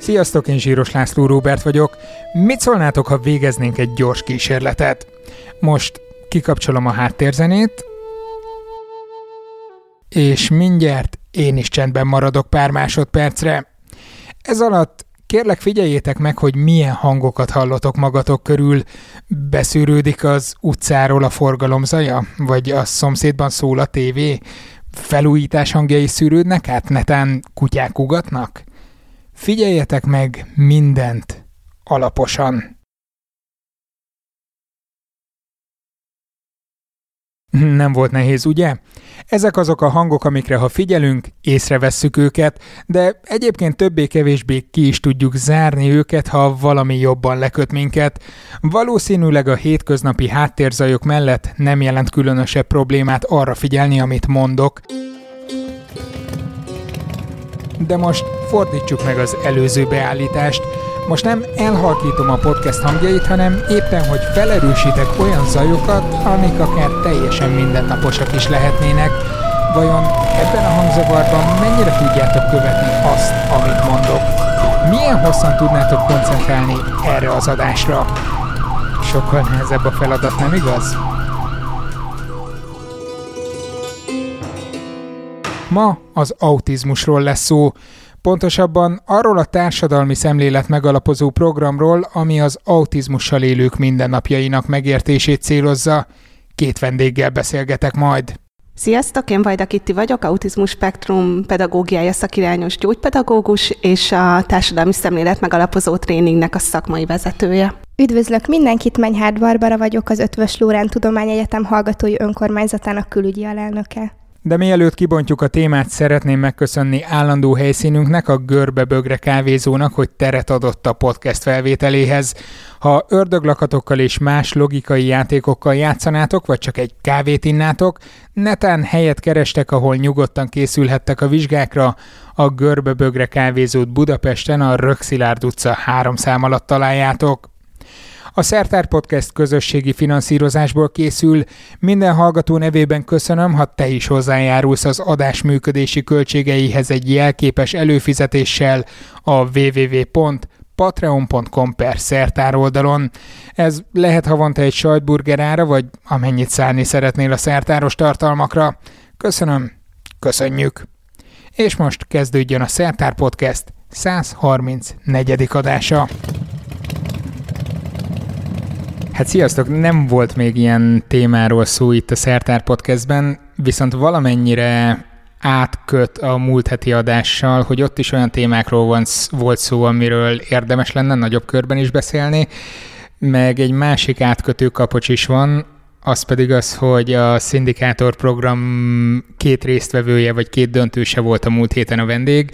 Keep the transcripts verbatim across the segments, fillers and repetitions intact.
Sziasztok, én Zsíros László Róbert vagyok. Mit szólnátok, ha végeznénk egy gyors kísérletet? Most kikapcsolom a háttérzenét, és mindjárt én is csendben maradok pár másodpercre. Ez alatt kérlek figyeljétek meg, hogy milyen hangokat hallotok magatok körül. Beszűrődik az utcáról a forgalom zaja? Vagy a szomszédban szól a tévé? Felújítás hangjai szűrődnek át, netán kutyák ugatnak? Figyeljetek meg mindent alaposan. Nem volt nehéz, ugye? Ezek azok a hangok, amikre ha figyelünk, észrevesszük őket, de egyébként többé-kevésbé ki is tudjuk zárni őket, ha valami jobban leköt minket. Valószínűleg a hétköznapi háttérzajok mellett nem jelent különösebb problémát arra figyelni, amit mondok. De most fordítsuk meg az előző beállítást. Most nem elhalkítom a podcast hangjait, hanem éppen, hogy felerősítek olyan zajokat, amik akár teljesen mindennaposak is lehetnének. Vajon ebben a hangzavarban mennyire tudjátok követni azt, amit mondok? Milyen hosszan tudnátok koncentrálni erre az adásra? Sokkal nehezebb a feladat, nem igaz? Ma az autizmusról lesz szó. Pontosabban arról a társadalmi szemlélet megalapozó programról, ami az autizmussal élők mindennapjainak megértését célozza. Két vendéggel beszélgetek majd. Sziasztok, én Vajda Kitti vagyok, autizmus spektrum pedagógiája szakirányos gyógypedagógus és a társadalmi szemlélet megalapozó tréningnek a szakmai vezetője. Üdvözlök mindenkit, Menyhárt Barbara vagyok, az Eötvös Loránd Tudományegyetem Hallgatói Önkormányzatának külügyi alelnöke. De mielőtt kibontjuk a témát, szeretném megköszönni állandó helyszínünknek, a Görbe-Bögre kávézónak, hogy teret adott a podcast felvételéhez. Ha ördöglakatokkal és más logikai játékokkal játszanátok, vagy csak egy kávét innátok, netán helyet kerestek, ahol nyugodtan készülhettek a vizsgákra, a Görbe-Bögre kávézót Budapesten a Rökszilárd utca három szám alatt találjátok. A Szertár Podcast közösségi finanszírozásból készül. Minden hallgató nevében köszönöm, ha te is hozzájárulsz az adás működési költségeihez egy jelképes előfizetéssel a double-u double-u double-u pont patreon pont com per szertár oldalon. Ez lehet havonta egy sajtburger ára, vagy amennyit szállni szeretnél a szertáros tartalmakra. Köszönöm, köszönjük! És most kezdődjön a Szertár Podcast száz harmincnegyedik adása. Hát sziasztok, nem volt még ilyen témáról szó itt a Szertár Podcastben, viszont valamennyire átköt a múlt heti adással, hogy ott is olyan témákról van, volt szó, amiről érdemes lenne nagyobb körben is beszélni, meg egy másik átkötő kapocs is van, az pedig az, hogy a Szindikátor program két résztvevője, vagy két döntőse volt a múlt héten a vendég,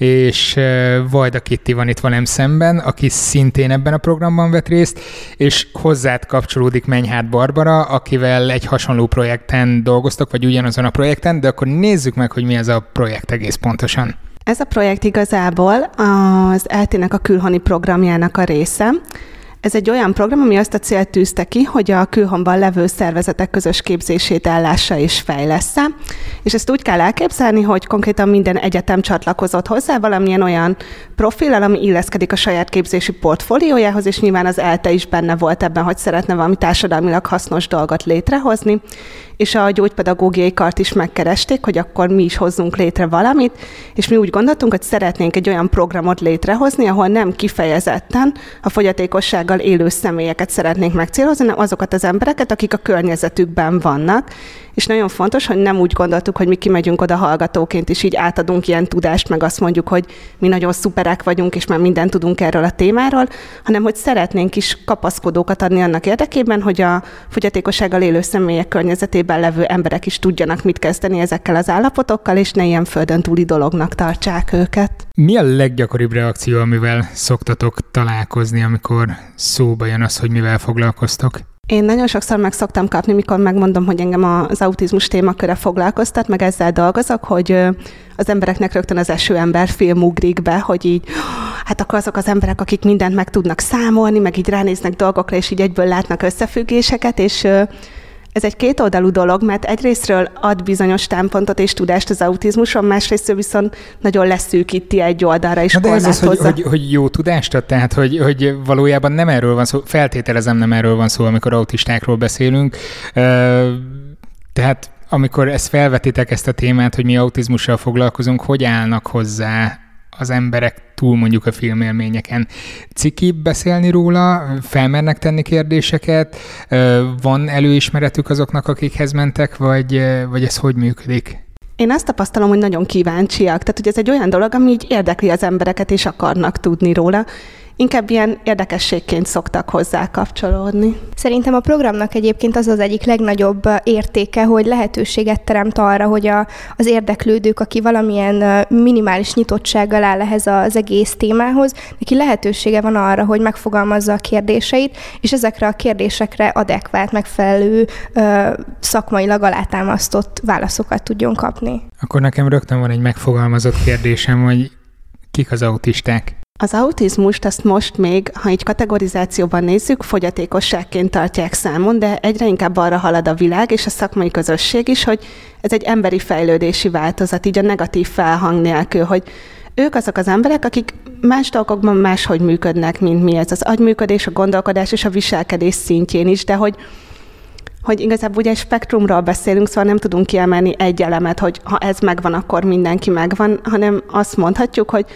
és Vajda Kitti van itt velem szemben, aki szintén ebben a programban vett részt, és hozzád kapcsolódik Menyhárt Barbara, akivel egy hasonló projekten dolgoztak, vagy ugyanazon a projekten, de akkor nézzük meg, hogy mi ez a projekt egész pontosan. Ez a projekt igazából az é el té-nek a külhoni programjának a része. Ez egy olyan program, ami azt a célt tűzte ki, hogy a külhonban levő szervezetek közös képzését ellássa és fejlessze. És ezt úgy kell elképzelni, hogy konkrétan minden egyetem csatlakozott hozzá valamilyen olyan profillal, ami illeszkedik a saját képzési portfóliójához, és nyilván az é el té is benne volt ebben, hogy szeretne valami társadalmilag hasznos dolgot létrehozni, és a gyógypedagógiai kart is megkeresték, hogy akkor mi is hozzunk létre valamit, és mi úgy gondoltunk, hogy szeretnénk egy olyan programot létrehozni, ahol nem kifejezetten a fogyatékossággal élő személyeket szeretnénk megcélozni, hanem azokat az embereket, akik a környezetükben vannak, és nagyon fontos, hogy nem úgy gondoltuk, hogy mi kimegyünk oda hallgatóként, és így átadunk ilyen tudást, meg azt mondjuk, hogy mi nagyon szuperek vagyunk, és már mindent tudunk erről a témáról, hanem hogy szeretnénk is kapaszkodókat adni annak érdekében, hogy a fogyatékossággal élő személyek környezetében levő emberek is tudjanak mit kezdeni ezekkel az állapotokkal, és ne ilyen földön túli dolognak tartsák őket. Mi a leggyakoribb reakció, amivel szoktatok találkozni, amikor szóba jön az, hogy mivel foglalkoztok? Én nagyon sokszor meg szoktam kapni, mikor megmondom, hogy engem az autizmus témaköre foglalkoztat, meg ezzel dolgozok, hogy az embereknek rögtön az esőember film ugrik be, hogy így, hát akkor azok az emberek, akik mindent meg tudnak számolni, meg így ránéznek dolgokra, és így egyből látnak összefüggéseket, és Ez egy kétoldalú dolog, mert egyrésztről ad bizonyos támpontot és tudást az autizmuson, másrésztről viszont nagyon leszűkíti egy oldalra és korlátozza. De ez az, hogy, hogy, hogy jó tudást ad, tehát hogy, hogy valójában nem erről van szó, feltételezem nem erről van szó, amikor autistákról beszélünk. Tehát amikor ezt felvetitek, ezt a témát, hogy mi autizmussal foglalkozunk, hogy állnak hozzá az emberek túl mondjuk a filmélményeken? Ciki beszélni róla? Felmernek tenni kérdéseket? Van előismeretük azoknak, akikhez mentek, vagy, vagy ez hogy működik? Én azt tapasztalom, hogy nagyon kíváncsiak. Tehát, hogy ez egy olyan dolog, ami így érdekli az embereket, és akarnak tudni róla. Inkább ilyen érdekességként szoktak hozzá kapcsolódni. Szerintem a programnak egyébként az az egyik legnagyobb értéke, hogy lehetőséget teremt arra, hogy a, az érdeklődők, aki valamilyen minimális nyitottsággal áll ehhez az egész témához, neki lehetősége van arra, hogy megfogalmazza a kérdéseit, és ezekre a kérdésekre adekvát, megfelelő, szakmailag alátámasztott válaszokat tudjon kapni. Akkor nekem rögtön van egy megfogalmazott kérdésem, hogy kik az autisták? Az autizmust azt most még, ha így kategorizációban nézzük, fogyatékosságként tartják számon, de egyre inkább arra halad a világ és a szakmai közösség is, hogy ez egy emberi fejlődési változat, így a negatív felhang nélkül, hogy ők azok az emberek, akik más dolgokban máshogy működnek, mint mi. Ez az agyműködés, a gondolkodás és a viselkedés szintjén is, de hogy hogy igazából ugye egy spektrumról beszélünk, szóval nem tudunk kiemelni egy elemet, hogy ha ez megvan, akkor mindenki megvan, hanem azt mondhatjuk, hogy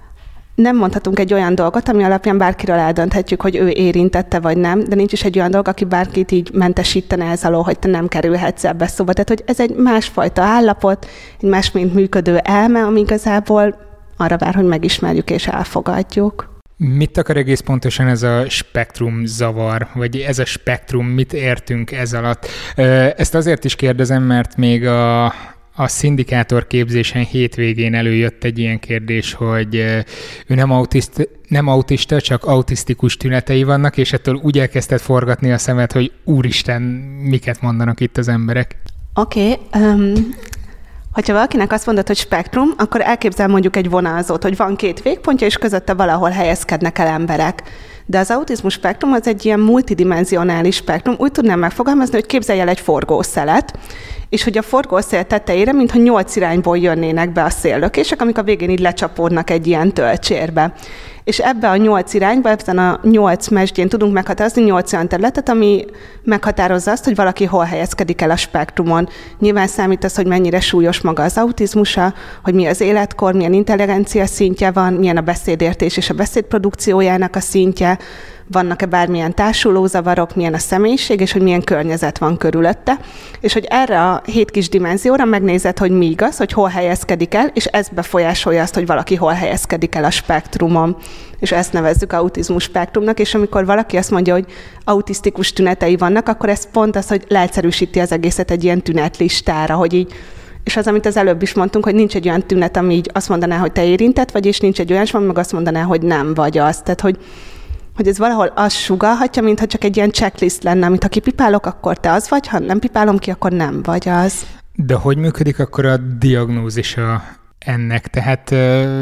nem mondhatunk egy olyan dolgot, ami alapján bárkiről eldönthetjük, hogy ő érintette vagy nem, de nincs is egy olyan dolog, aki bárkit így mentesítene ez alól, hogy te nem kerülhetsz ebbe szóba. Tehát, hogy ez egy másfajta állapot, egy másmint működő elme, ami igazából arra vár, hogy megismerjük és elfogadjuk. Mit akar egész pontosan ez a spektrum zavar, vagy ez a spektrum, mit értünk ez alatt? Ezt azért is kérdezem, mert még a A szindikátor képzésen hétvégén előjött egy ilyen kérdés, hogy ő nem, autiszt, nem autista, csak autisztikus tünetei vannak, és ettől úgy elkezdett forgatni a szemet, hogy úristen, miket mondanak itt az emberek. Oké, okay, um, hogyha valakinek azt mondod, hogy spektrum, akkor elképzel mondjuk egy vonalzót, hogy van két végpontja, és közötte valahol helyezkednek el emberek. De az autizmus spektrum az egy ilyen multidimensionális spektrum. Úgy tudnám megfogalmazni, hogy képzelj el egy forgószelet, és hogy a forgószél tetejére, mintha nyolc irányból jönnének be a széllökések, amik a végén így lecsapódnak egy ilyen töltsérbe. És ebbe a nyolc irányba, ebben a nyolc mesdjén tudunk meghatározni nyolc olyan területet, ami meghatározza azt, hogy valaki hol helyezkedik el a spektrumon. Nyilván számít az, hogy mennyire súlyos maga az autizmusa, hogy mi az életkor, milyen intelligencia szintje van, milyen a beszédértés és a beszédprodukciójának a szintje, vannak-e bármilyen társuló zavarok, milyen a személyiség, és hogy milyen környezet van körülötte. És hogy erre a hét kis dimenzióra megnézed, hogy mi igaz, hogy hol helyezkedik el, és ez befolyásolja azt, hogy valaki hol helyezkedik el a spektrumon. És ezt nevezzük autizmus spektrumnak, és amikor valaki azt mondja, hogy autisztikus tünetei vannak, akkor ez pont az, hogy leegyszerűsíti az egészet egy ilyen tünetlistára, hogy így. És az, amit az előbb is mondtunk, hogy nincs egy olyan tünet, ami így azt mondaná, hogy te érintett vagy, és nincs egy olyan, ami meg azt mondaná, hogy nem vagy az. Tehát, hogy hogy ez valahol azt sugallhatja, mintha csak egy ilyen checklist lenne, amit ha kipipálok, akkor te az vagy, ha nem pipálom ki, akkor nem vagy az. De hogy működik akkor a diagnózisa ennek? Tehát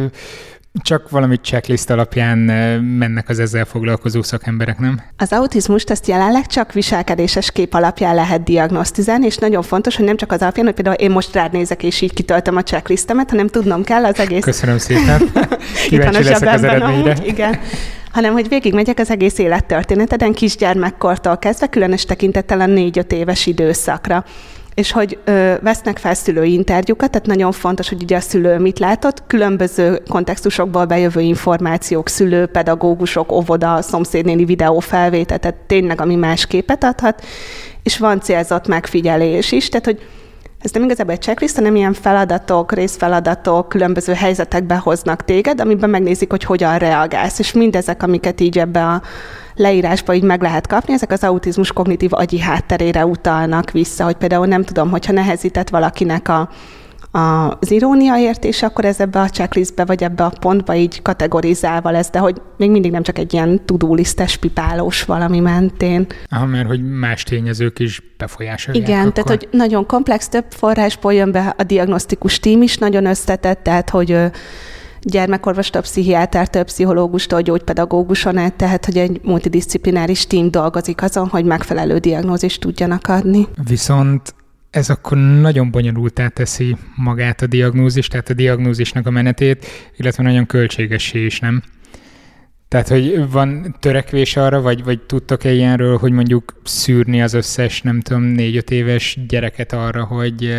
csak valami checklist alapján mennek az ezzel foglalkozó szakemberek, nem? Az autizmust ezt jelenleg csak viselkedéses kép alapján lehet diagnosztizálni, és nagyon fontos, hogy nem csak az alapján, hogy például én most rád nézek, és így kitöltöm a checklistemet, hanem tudnom kell az egész... Köszönöm szépen. Kíváncsi leszek az eredményre. Igen. Hanem, hogy végigmegyek az egész élettörténeteden kisgyermekkortól kezdve, különös tekintettel a négy-öt éves időszakra. És hogy ö, vesznek fel szülői interjúkat, tehát nagyon fontos, hogy ugye a szülő mit látott, különböző kontextusokból bejövő információk, szülő, pedagógusok, óvoda, szomszédnéni videófelvétel, tehát tényleg ami más képet adhat, és van célzott megfigyelés is, tehát hogy ez nem igazából egy checklist, hanem ilyen feladatok, részfeladatok, különböző helyzetekbe hoznak téged, amiben megnézik, hogy hogyan reagálsz, és mindezek, amiket így ebbe a leírásba így meg lehet kapni, ezek az autizmus kognitív agyi hátterére utalnak vissza, hogy például nem tudom, hogyha nehezített valakinek a, a, az irónia értése, akkor ez ebbe a checklistbe, vagy ebbe a pontba így kategorizálva lesz, de hogy még mindig nem csak egy ilyen to-do-listes pipálós valami mentén. Aha, mert hogy más tényezők is befolyásolják. Igen, akkor. tehát hogy nagyon komplex, több forrásból jön be, a diagnosztikus tím is nagyon összetett, tehát hogy gyermekorvostól, pszichiátertől, pszichológustól, gyógypedagóguson át, tehát hogy egy multidisciplináris tím dolgozik azon, hogy megfelelő diagnózist tudjanak adni. Viszont ez akkor nagyon bonyolultá teszi magát a diagnózist, tehát a diagnózisnak a menetét, illetve nagyon költségessé is, nem? Tehát, hogy van törekvés arra, vagy, vagy tudtok-e ilyenről, hogy mondjuk szűrni az összes, nem tudom, négy-öt éves gyereket arra, hogy,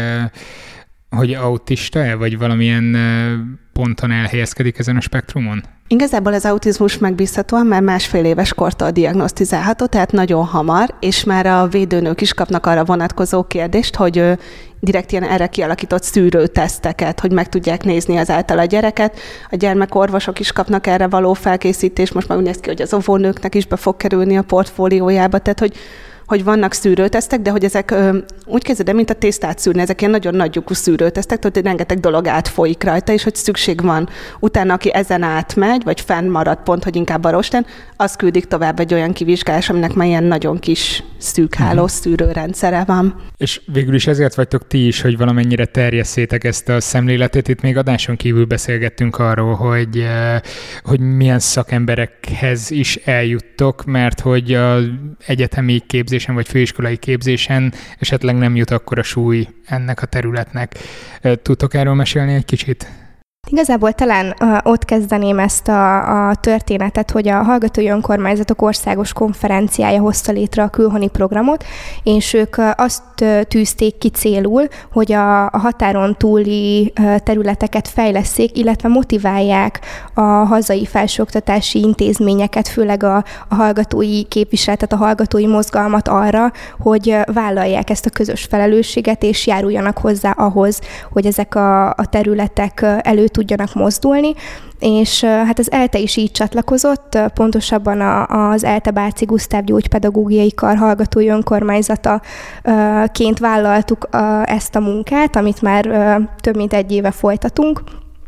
hogy autista-e, vagy valamilyen ponton elhelyezkedik ezen a spektrumon? Igazából az autizmus megbízhatóan már másfél éves kortól diagnosztizálható, tehát nagyon hamar, és már a védőnők is kapnak arra vonatkozó kérdést, hogy direkt ilyen erre kialakított szűrőteszteket, hogy meg tudják nézni azáltal a gyereket. A gyermekorvosok is kapnak erre való felkészítést, most már úgy néz ki, hogy az óvónőknek is be fog kerülni a portfóliójába, tehát hogy hogy vannak szűrőtesztek, de hogy ezek ö, úgy kezdődem, mint a tésztát szűrni, ezek ilyen nagyon nagy lyukú szűrőtesztek, tehát hogy rengeteg dolog átfolyik rajta, és hogy szükség van. Utána, aki ezen átmegy, vagy fennmarad pont, hogy inkább a rosten, az küldik tovább egy olyan kivizsgálás, aminek már ilyen nagyon kis szűkháló szűrőrendszere van. És végül is ezért vagytok ti is, hogy valamennyire terjesszétek ezt a szemléletet. Itt még adáson kívül beszélgettünk arról, hogy, hogy milyen szakemberekhez is eljuttok, mert hogy az egyetemi képzés vagy főiskolai képzésen esetleg nem jut akkora súly ennek a területnek. Tudtok erről mesélni egy kicsit? Igazából talán uh, ott kezdeném ezt a, a történetet, hogy a Hallgatói Önkormányzatok Országos Konferenciája hozta létre a Külhoni programot, és ők uh, azt uh, tűzték ki célul, hogy a, a határon túli uh, területeket fejlesszék, illetve motiválják a hazai felsőoktatási intézményeket, főleg a, a hallgatói képviseletet, a hallgatói mozgalmat arra, hogy uh, vállalják ezt a közös felelősséget, és járuljanak hozzá ahhoz, hogy ezek a, a területek uh, elő tudjanak mozdulni, és hát az ELTE is így csatlakozott, pontosabban az ELTE Bárci Gusztáv Gyógypedagógiai Kar Hallgatói Önkormányzataként vállaltuk ezt a munkát, amit már több mint egy éve folytatunk.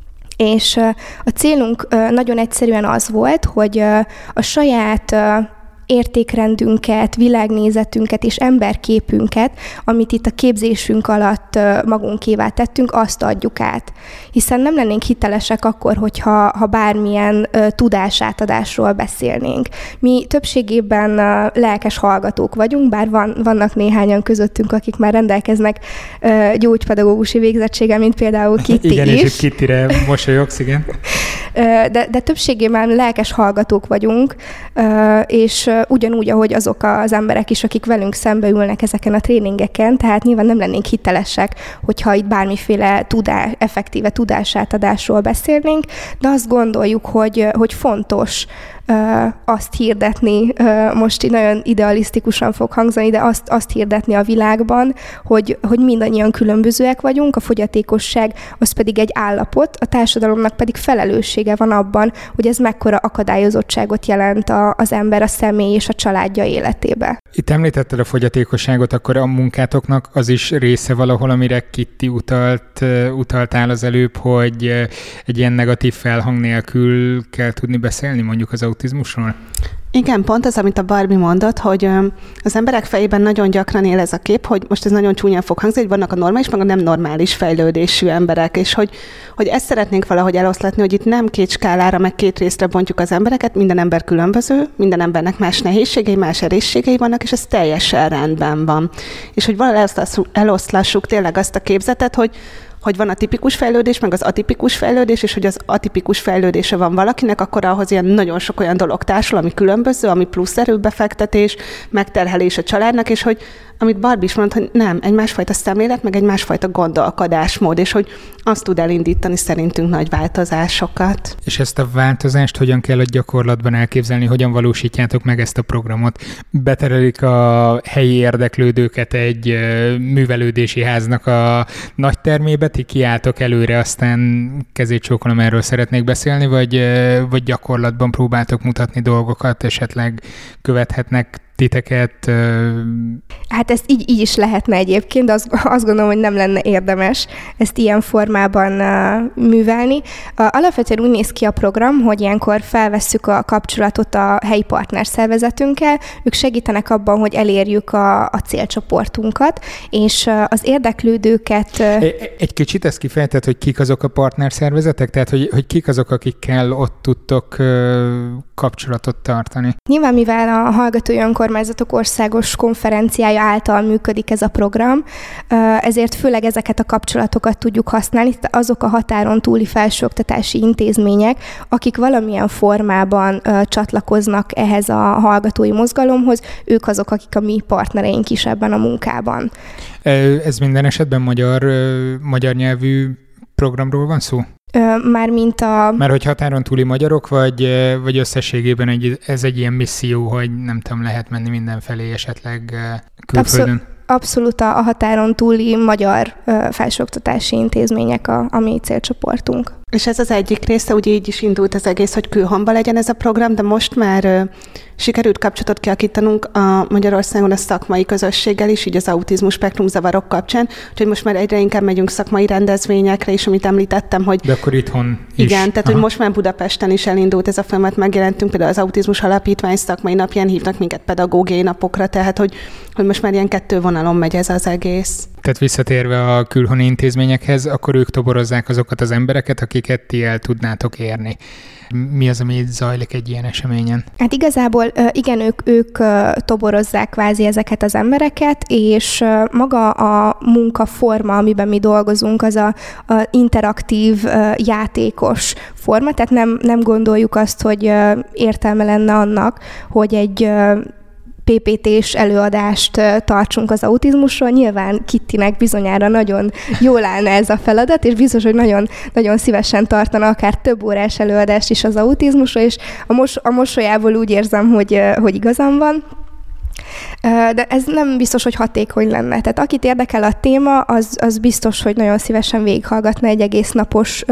És a célunk nagyon egyszerűen az volt, hogy a saját értékrendünket, világnézetünket és emberképünket, amit itt a képzésünk alatt magunkévá tettünk, azt adjuk át. Hiszen nem lennénk hitelesek akkor, hogyha ha bármilyen uh, tudásátadásról beszélnénk. Mi többségében uh, lelkes hallgatók vagyunk, bár van, vannak néhányan közöttünk, akik már rendelkeznek uh, gyógypedagógusi végzettséggel, mint például Kitti igen, is. Igen, és Kittire mosolyogsz, igen. De, de többségében lelkes hallgatók vagyunk, és ugyanúgy, ahogy azok az emberek is, akik velünk szembeülnek ezeken a tréningeken, tehát nyilván nem lennénk hitelesek, hogyha itt bármiféle tudás, effektíve tudásátadásról beszélnénk, de azt gondoljuk, hogy, hogy fontos azt hirdetni, most így nagyon idealisztikusan fog hangzani, de azt, azt hirdetni a világban, hogy, hogy mindannyian különbözőek vagyunk, a fogyatékosság az pedig egy állapot, a társadalomnak pedig felelőssége van abban, hogy ez mekkora akadályozottságot jelent a, az ember, a személy és a családja életébe. Itt említetted a fogyatékosságot, akkor a munkátoknak az is része valahol, amire Kitti utalt, utaltál az előbb, hogy egy ilyen negatív felhang nélkül kell tudni beszélni mondjuk az autizmusról? Igen, pont az, amit a Barbie mondott, hogy az emberek fejében nagyon gyakran él ez a kép, hogy most ez nagyon csúnyán fog hangzni, hogy vannak a normális, meg a nem normális fejlődésű emberek, és hogy, hogy ezt szeretnénk valahogy eloszlatni, hogy itt nem két skálára, meg két részre bontjuk az embereket, minden ember különböző, minden embernek más nehézségei, más erősségei vannak, és ez teljesen rendben van. És hogy valahogy eloszlassuk tényleg azt a képzetet, hogy hogy van a tipikus fejlődés, meg az atipikus fejlődés, és hogy az atipikus fejlődése van valakinek, akkor ahhoz ilyen nagyon sok olyan dolog társul, ami különböző, ami plusz erőbefektetés, megterhelés a családnak, és hogy amit Barbie is mondta, hogy nem, egy másfajta szemlélet, meg egy másfajta gondolkodásmód, és hogy azt tud elindítani szerintünk nagy változásokat. És ezt a változást hogyan kell a gyakorlatban elképzelni, hogyan valósítjátok meg ezt a programot? Beterelik a helyi érdeklődőket egy művelődési háznak a nagy termébe, ti kiálltok előre, aztán kezét csókolom, erről szeretnék beszélni, vagy, vagy gyakorlatban próbáltok mutatni dolgokat, esetleg követhetnek titeket? Hát ezt így, így is lehetne egyébként, de azt, azt gondolom, hogy nem lenne érdemes ezt ilyen formában uh, művelni. Uh, alapvetően úgy néz ki a program, hogy ilyenkor felvesszük a kapcsolatot a helyi partnerszervezetünkkel, ők segítenek abban, hogy elérjük a, a célcsoportunkat, és uh, az érdeklődőket... Uh, Egy kicsit ezt kifejtett, hogy kik azok a partnerszervezetek? Tehát, hogy, hogy kik azok, akikkel ott tudtok uh, kapcsolatot tartani? Nyilván, mivel a Hallgatói Önkormányzatok Országos Konferenciája által működik ez a program, ezért főleg ezeket a kapcsolatokat tudjuk használni, azok a határon túli felsőoktatási intézmények, akik valamilyen formában csatlakoznak ehhez a hallgatói mozgalomhoz, ők azok, akik a mi partnereink is ebben a munkában. Ez minden esetben magyar, magyar nyelvű programról van szó? Mármint a... Mert hogy határon túli magyarok, vagy, vagy összességében egy, ez egy ilyen misszió, hogy nem tudom, lehet menni mindenfelé esetleg külföldön? Abszol- abszolút a, a határon túli magyar ö, felsőoktatási intézmények a, a mi célcsoportunk. És ez az egyik része, ugye így is indult az egész, hogy külhangban legyen ez a program, de most már ö, sikerült kapcsolatot kialakítanunk a Magyarországon a szakmai közösséggel is, így az autizmus spektrum zavarok kapcsán, úgyhogy most már egyre inkább megyünk szakmai rendezvényekre, és amit említettem, hogy... De akkor itthon is. Igen, tehát Aha. hogy most már Budapesten is elindult ez a folyamat, megjelentünk, például az Autizmus Alapítvány szakmai napján hívnak minket pedagógiai napokra, tehát hogy, hogy most már ilyen kettő vonalon megy ez az egész. Tehát visszatérve a külhoni intézményekhez, akkor ők toborozzák azokat az embereket, akiket ti el tudnátok érni. Mi az, ami zajlik egy ilyen eseményen? Hát igazából igen, ők, ők toborozzák kvázi ezeket az embereket, és maga a munkaforma, amiben mi dolgozunk, az a, a interaktív, játékos forma, tehát nem, nem gondoljuk azt, hogy értelme lenne annak, hogy egy pé pé té-s előadást tartsunk az autizmusról. Nyilván Kittinek bizonyára nagyon jól állna ez a feladat, és biztos, hogy nagyon, nagyon szívesen tartana akár több órás előadást is az autizmusról, és a, mos- a mosolyából úgy érzem, hogy, hogy igazam van. De ez nem biztos, hogy hatékony lenne. Tehát akit érdekel a téma, az, az biztos, hogy nagyon szívesen végighallgatna egy egész napos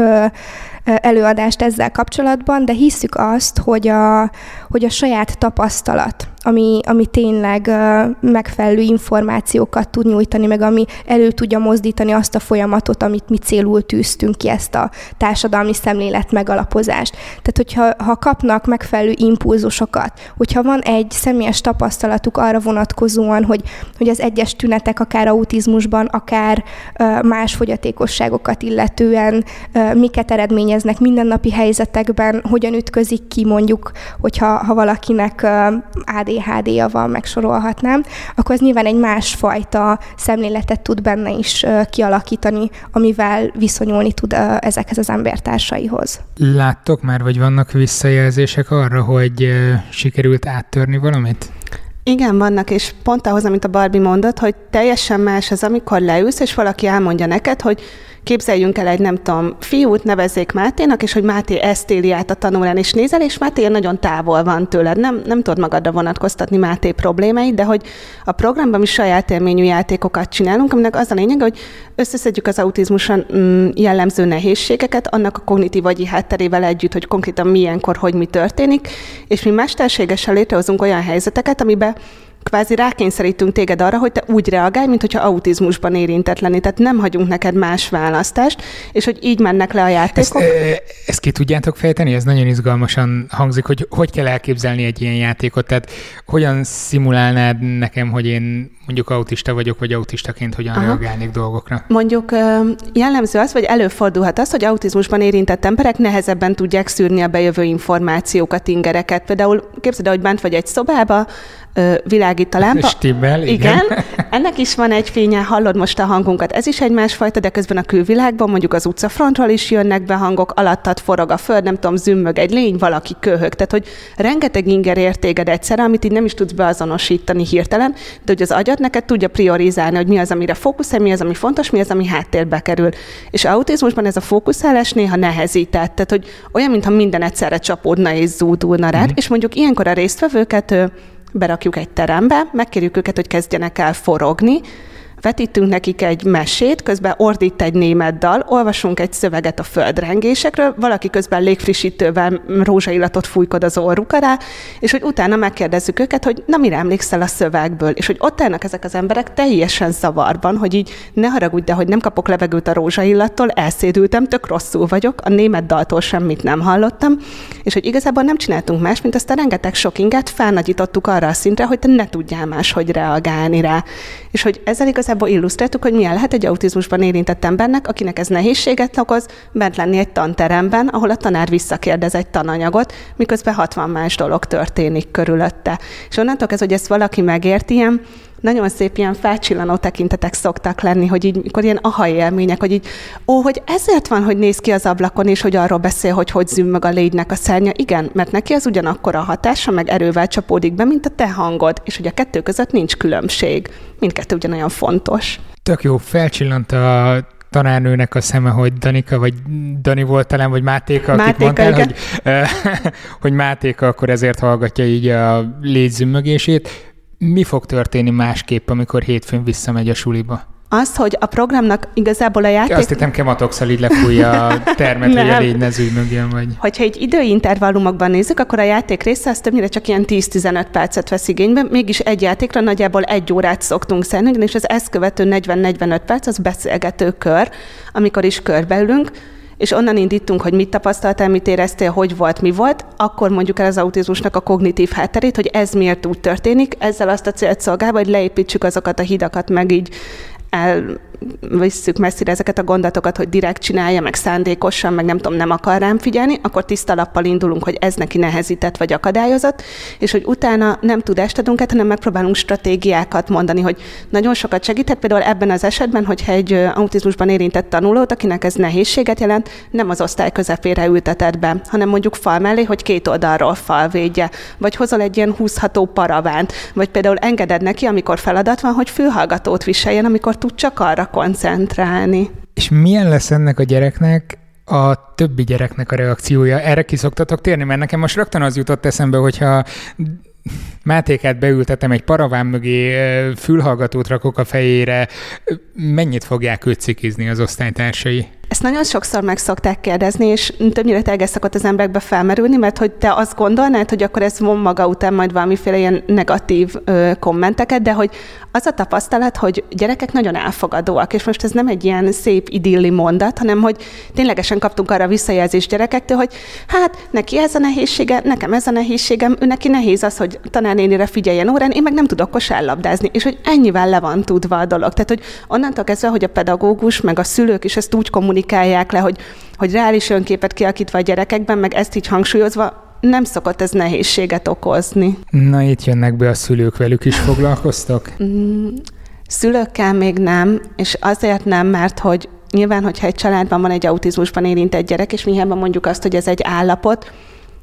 előadást ezzel kapcsolatban, de hisszük azt, hogy a, hogy a saját tapasztalat, ami, ami tényleg uh, megfelelő információkat tud nyújtani, meg ami elő tudja mozdítani azt a folyamatot, amit mi célul tűztünk ki, ezt a társadalmi szemlélet megalapozást. Tehát, hogyha ha kapnak megfelelő impulzusokat, hogyha van egy személyes tapasztalatuk arra vonatkozóan, hogy, hogy az egyes tünetek akár autizmusban, akár uh, más fogyatékosságokat illetően uh, miket eredményeznek mindennapi helyzetekben, hogyan ütközik ki mondjuk, hogyha ha valakinek uh, á dé há dé-ja van, megsorolhatnám, akkor az nyilván egy másfajta szemléletet tud benne is uh, kialakítani, amivel viszonyulni tud uh, ezekhez az embertársaihoz. Láttok már, vagy vannak visszajelzések arra, hogy uh, sikerült áttörni valamit? Igen, vannak, és pont ahhoz, amit a Barbie mondott, hogy teljesen más az, amikor leülsz, és valaki elmondja neked, hogy képzeljünk el egy, nem tudom, fiút, nevezzék Máténak, és hogy Máté ezt éli át a tanórán, és nézel, és Máté nagyon távol van tőled. Nem, nem tudod magadra vonatkoztatni Máté problémáit, de hogy a programban mi saját élményű játékokat csinálunk, aminek az a lényeg, hogy összeszedjük az autizmuson jellemző nehézségeket, annak a kognitív agyi hátterével együtt, hogy konkrétan milyenkor, hogy mi történik, és mi mesterségesen létrehozunk olyan helyzeteket, amiben kvázi rákényszerítünk téged arra, hogy te úgy reagálj, mint hogyha autizmusban érintett lenni. Tehát nem hagyunk neked más választást, és hogy így mennek le a játékok. Ezt, ezt ki tudjátok fejteni? Ez nagyon izgalmasan hangzik, hogy hogy kell elképzelni egy ilyen játékot. Tehát hogyan szimulálnád nekem, hogy én mondjuk autista vagyok, vagy autistaként hogyan Aha. reagálnék dolgokra? Mondjuk jellemző az, vagy előfordulhat az, hogy autizmusban érintett emberek nehezebben tudják szűrni a bejövő információkat, ingereket. Például képzeld, hogy bent vagy egy szobába, világít a lámpa. Stimmel, igen. igen. Ennek is van egy fénye, hallod most a hangunkat. Ez is egy másfajta, de közben a külvilágban mondjuk az utcafrontról is jönnek be hangok, alattad forog a föld, nem tudom, zümmög egy lény, valaki köhög. Tehát, hogy rengeteg inger ér téged egyszerre, amit így nem is tudsz beazonosítani hirtelen, de hogy az agyad neked tudja priorizálni, hogy mi az, amire fókuszál, mi az, ami fontos, mi az, ami háttérbe kerül. És autizmusban ez a fókuszálás néha nehezített. Tehát, hogy olyan, mintha minden egyszerre csapódna és zúdulna rád, mm-hmm. és mondjuk ilyenkor a résztvevőket berakjuk egy terembe, megkérjük őket, hogy kezdjenek el forogni, vetítünk nekik egy mesét, közben ordít egy német dal, olvasunk egy szöveget a földrengésekről, valaki közben légfrissítővel rózsaillatot fújkod az orruk alá, és hogy utána megkérdezzük őket, hogy na, mire emlékszel a szövegből, és hogy ott állnak ezek az emberek teljesen zavarban, hogy így ne haragudj, de hogy nem kapok levegőt a rózsaillattól, elszédültem, tök rosszul vagyok, a német daltól semmit nem hallottam, és hogy igazából nem csináltunk más, mint azt a rengeteg sok ingát felnagyítottuk arra a szintre, hogy te ne tudjál máshogy reagálni rá. És hogy ezzel igazából illusztráltuk, hogy milyen lehet egy autizmusban érintett embernek, akinek ez nehézséget okoz, bent lenni egy tanteremben, ahol a tanár visszakérdez egy tananyagot, miközben hatvan más dolog történik körülötte. És onnantól kezdve, hogy ezt valaki megért, ilyen nagyon szép ilyen felcsillanó tekintetek szoktak lenni, hogy így, mikor ilyen aha élmények, hogy így, ó, hogy ezért van, hogy néz ki az ablakon, és hogy arról beszél, hogy hogy zümmög a légynek a szárnya. Igen, mert neki az ugyanakkor a hatása, meg erővel csapódik be, mint a te hangod, és hogy a kettő között nincs különbség. Mindkettő ugyanolyan fontos. Tök jó, felcsillant a tanárnőnek a szeme, hogy Danika, vagy Dani volt talán, vagy Mátéka, akit Mátéka, mondtál, igen. hogy, hogy Mátéka akkor ezért hallgatja így a légyzümmögését. Mi fog történni másképp, amikor hétfőn visszamegy a suliba? Az, hogy a programnak igazából a játék... Azt hittem Kematoxal így lefújja a termet, hogy a légy ne zümmögjön, vagy... Hogyha egy időintervallumokban nézzük, akkor a játék része az többnyire csak ilyen tíz-tizenöt percet vesz igénybe, mégis egy játékra nagyjából egy órát szoktunk szállni, és az ezt követő negyven-negyvenöt perc az beszélgető kör, amikor is körbeülünk, és onnan indítunk, hogy mit tapasztaltál, mit éreztél, hogy volt, mi volt, akkor mondjuk el az autizmusnak a kognitív hátterét, hogy ez miért úgy történik, ezzel azt a célt szolgálva, hogy leépítsük azokat a hidakat, meg így elvisszük messzire ezeket a gondatokat, hogy direkt csinálja, meg szándékosan, meg nem tudom, nem akar rám figyelni, akkor tiszta lappal indulunk, hogy ez neki nehezített vagy akadályozott, és hogy utána nem tudást adunk át, hanem megpróbálunk stratégiákat mondani, hogy nagyon sokat segíthet. Például ebben az esetben, hogyha egy autizmusban érintett tanulót, akinek ez nehézséget jelent, nem az osztály közepére ülteted be, hanem mondjuk fal mellé, hogy két oldalról fal védje, vagy hozol egy ilyen húzható paravánt, vagy például engeded neki, amikor feladat van, hogy fülhallgatót viseljen, amikor tud csak arra koncentrálni. És milyen lesz ennek a gyereknek a többi gyereknek a reakciója? Erre ki szoktatok térni? Mert nekem most rögtön az jutott eszembe, hogyha Mátékát beültetem egy paraván mögé, fülhallgatót rakok a fejére, mennyit fogják őt cikizni az osztálytársai? Ezt nagyon sokszor meg szokták kérdezni, és többnyire tényleg szokott az emberekbe felmerülni, mert hogy te azt gondolnád, hogy akkor ez von maga után majd valamiféle ilyen negatív ö, kommenteket, de hogy az a tapasztalat, hogy gyerekek nagyon elfogadóak, és most ez nem egy ilyen szép idilli mondat, hanem hogy ténylegesen kaptunk arra visszajelzést gyerekektől, hogy hát neki ez a nehézsége, nekem ez a nehézségem, ő neki nehéz az, hogy tanárnénire figyeljen órán, én meg nem tudok kosárlabdázni, és hogy ennyivel le van tudva a dolog. Tehát, hogy onnantól kezdve, hogy a pedagógus, meg a szülők is ezt úgy kommunikálják le, hogy, hogy reális önképet kialakítva a gyerekekben, meg ezt így hangsúlyozva, nem szokott ez nehézséget okozni. Na, itt jönnek be a szülők, velük is foglalkoztok? Mm, szülőkkel még nem, és azért nem, mert hogy nyilván, hogyha egy családban van egy autizmusban érintett gyerek, és mihez mondjuk azt, hogy ez egy állapot,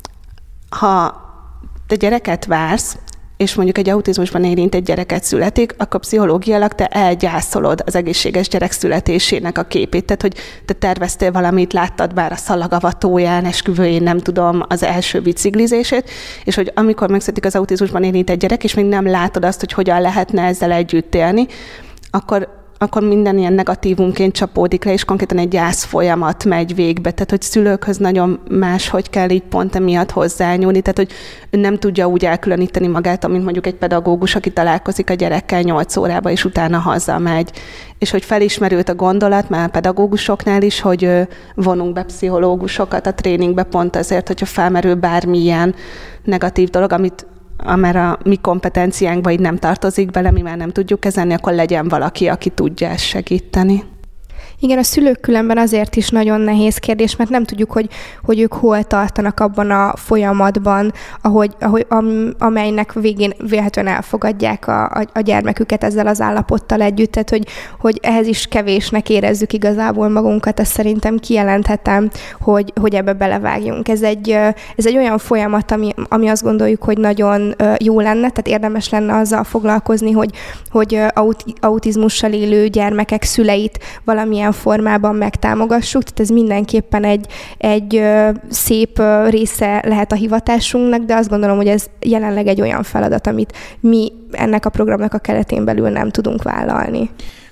ha te gyereket vársz, és mondjuk egy autizmusban érintett gyereket születik, akkor pszichológiailag te elgyászolod az egészséges gyerek születésének a képét. Tehát, hogy te terveztél valamit, láttad már a szalagavatóján, esküvőjén, nem tudom, az első biciklizését, és hogy amikor megszületik az autizmusban érintett gyerek, és még nem látod azt, hogy hogyan lehetne ezzel együtt élni, akkor akkor minden ilyen negatívumként csapódik le, és konkrétan egy gyász folyamat megy végbe. Tehát, hogy szülőkhöz nagyon máshogy kell így pont emiatt hozzányúlni. Tehát, hogy ő nem tudja úgy elkülöníteni magát, amint mondjuk egy pedagógus, aki találkozik a gyerekkel nyolc órába, és utána hazamegy. És hogy felismerült a gondolat már a pedagógusoknál is, hogy vonunk be pszichológusokat a tréningbe pont azért, hogyha felmerül bármilyen negatív dolog, amit amire a mi kompetenciánkba így nem tartozik bele, mi már nem tudjuk kezelni, akkor legyen valaki, aki tudja ezt segíteni. Igen, a szülők különben azért is nagyon nehéz kérdés, mert nem tudjuk, hogy, hogy ők hol tartanak abban a folyamatban, ahogy, ahogy, am, amelynek végén vélhetően elfogadják a, a, a gyermeküket ezzel az állapottal együtt, tehát hogy, hogy ehhez is kevésnek érezzük igazából magunkat, ezt szerintem kijelenthetem, hogy, hogy ebbe belevágjunk. Ez egy, ez egy olyan folyamat, ami, ami azt gondoljuk, hogy nagyon jó lenne, tehát érdemes lenne azzal foglalkozni, hogy, hogy autizmussal élő gyermekek szüleit valamilyen formában megtámogassuk, tehát ez mindenképpen egy, egy szép része lehet a hivatásunknak, de azt gondolom, hogy ez jelenleg egy olyan feladat, amit mi ennek a programnak a keretén belül nem tudunk vállalni.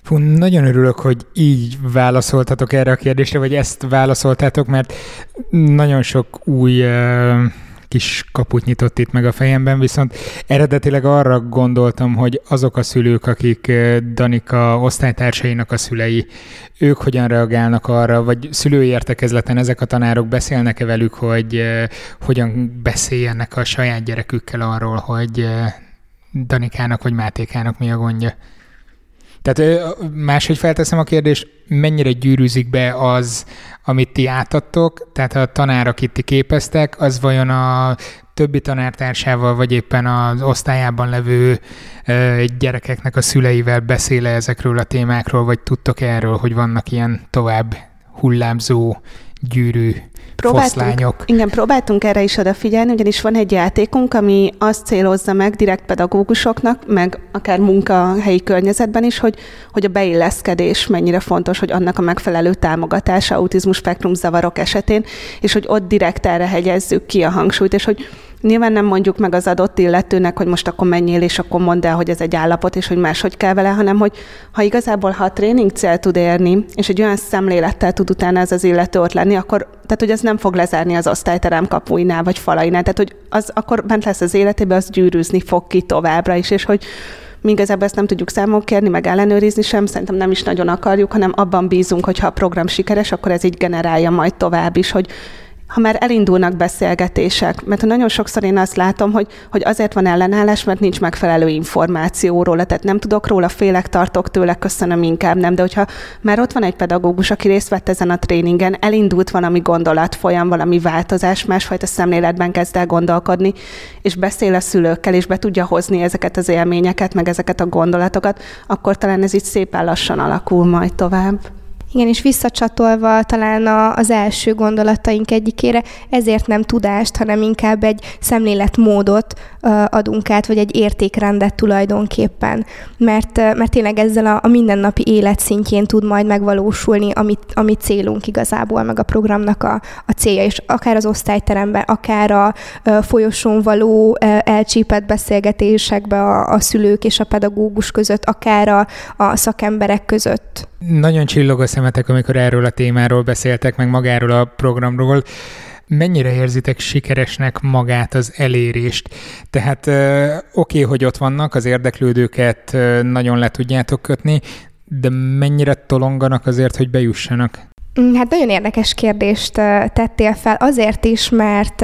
Fú, nagyon örülök, hogy így válaszoltatok erre a kérdésre, vagy ezt válaszoltátok, mert nagyon sok új uh, kis kaput nyitott itt meg a fejemben, viszont eredetileg arra gondoltam, hogy azok a szülők, akik uh, Danika osztálytársainak a szülei, ők hogyan reagálnak arra, vagy szülői értekezleten ezek a tanárok beszélnek-e velük, hogy uh, hogyan beszéljenek a saját gyerekükkel arról, hogy uh, Danikának vagy Mátékának mi a gondja. Tehát máshogy felteszem a kérdést, mennyire gyűrűzik be az, amit ti átadtok, tehát a tanár, akit ti képeztek, az vajon a többi tanártársával, vagy éppen az osztályában levő gyerekeknek a szüleivel beszél-e ezekről a témákról, vagy tudtok erről, hogy vannak ilyen tovább hullámzó gyűrű foszlányok? Igen, próbáltunk erre is odafigyelni, ugyanis van egy játékunk, ami azt célozza meg direkt pedagógusoknak, meg akár munkahelyi környezetben is, hogy, hogy a beilleszkedés mennyire fontos, hogy annak a megfelelő támogatása autizmus spektrum zavarok esetén, és hogy ott direkt erre hegyezzük ki a hangsúlyt, és hogy nyilván nem mondjuk meg az adott illetőnek, hogy most akkor menjél, és akkor mondd el, hogy ez egy állapot, és hogy máshogy kell vele, hanem hogy ha igazából, ha a tréning cél tud érni, és egy olyan szemlélettel tud utána ez az illető ott lenni, akkor, tehát hogy ez nem fog lezárni az osztályterem kapuinál, vagy falainál, tehát hogy az akkor bent lesz az életében, az gyűrűzni fog ki továbbra is, és hogy mi igazából ezt nem tudjuk számon kérni, meg ellenőrizni sem, szerintem nem is nagyon akarjuk, hanem abban bízunk, hogy ha a program sikeres, akkor ez így generálja majd tovább is, hogy ha már elindulnak beszélgetések, mert nagyon sokszor én azt látom, hogy, hogy azért van ellenállás, mert nincs megfelelő információ róla, tehát nem tudok róla, félek, tartok tőle, köszönöm, inkább nem, de hogyha már ott van egy pedagógus, aki részt vett ezen a tréningen, elindult valami gondolatfolyam, valami változás, másfajta szemléletben kezd el gondolkodni, és beszél a szülőkkel, és be tudja hozni ezeket az élményeket, meg ezeket a gondolatokat, akkor talán ez így szépen lassan alakul majd tovább. Igen, és visszacsatolva talán a, az első gondolataink egyikére, ezért nem tudást, hanem inkább egy szemléletmódot uh, adunk át, vagy egy értékrendet tulajdonképpen. Mert, uh, mert tényleg ezzel a, a mindennapi élet szintjén tud majd megvalósulni, amit, amit célunk igazából, meg a programnak a, a célja, és akár az osztályteremben, akár a uh, folyosón való uh, elcsípett beszélgetésekben a, a szülők és a pedagógus között, akár a, a szakemberek között. Nagyon csillog a szemetek, amikor erről a témáról beszéltek, meg magáról a programról. Mennyire érzitek sikeresnek magát az elérést? Tehát oké, okay, hogy ott vannak, az érdeklődőket nagyon le tudjátok kötni, de mennyire tolonganak azért, hogy bejussanak? Hát nagyon érdekes kérdést tettél fel, azért is, mert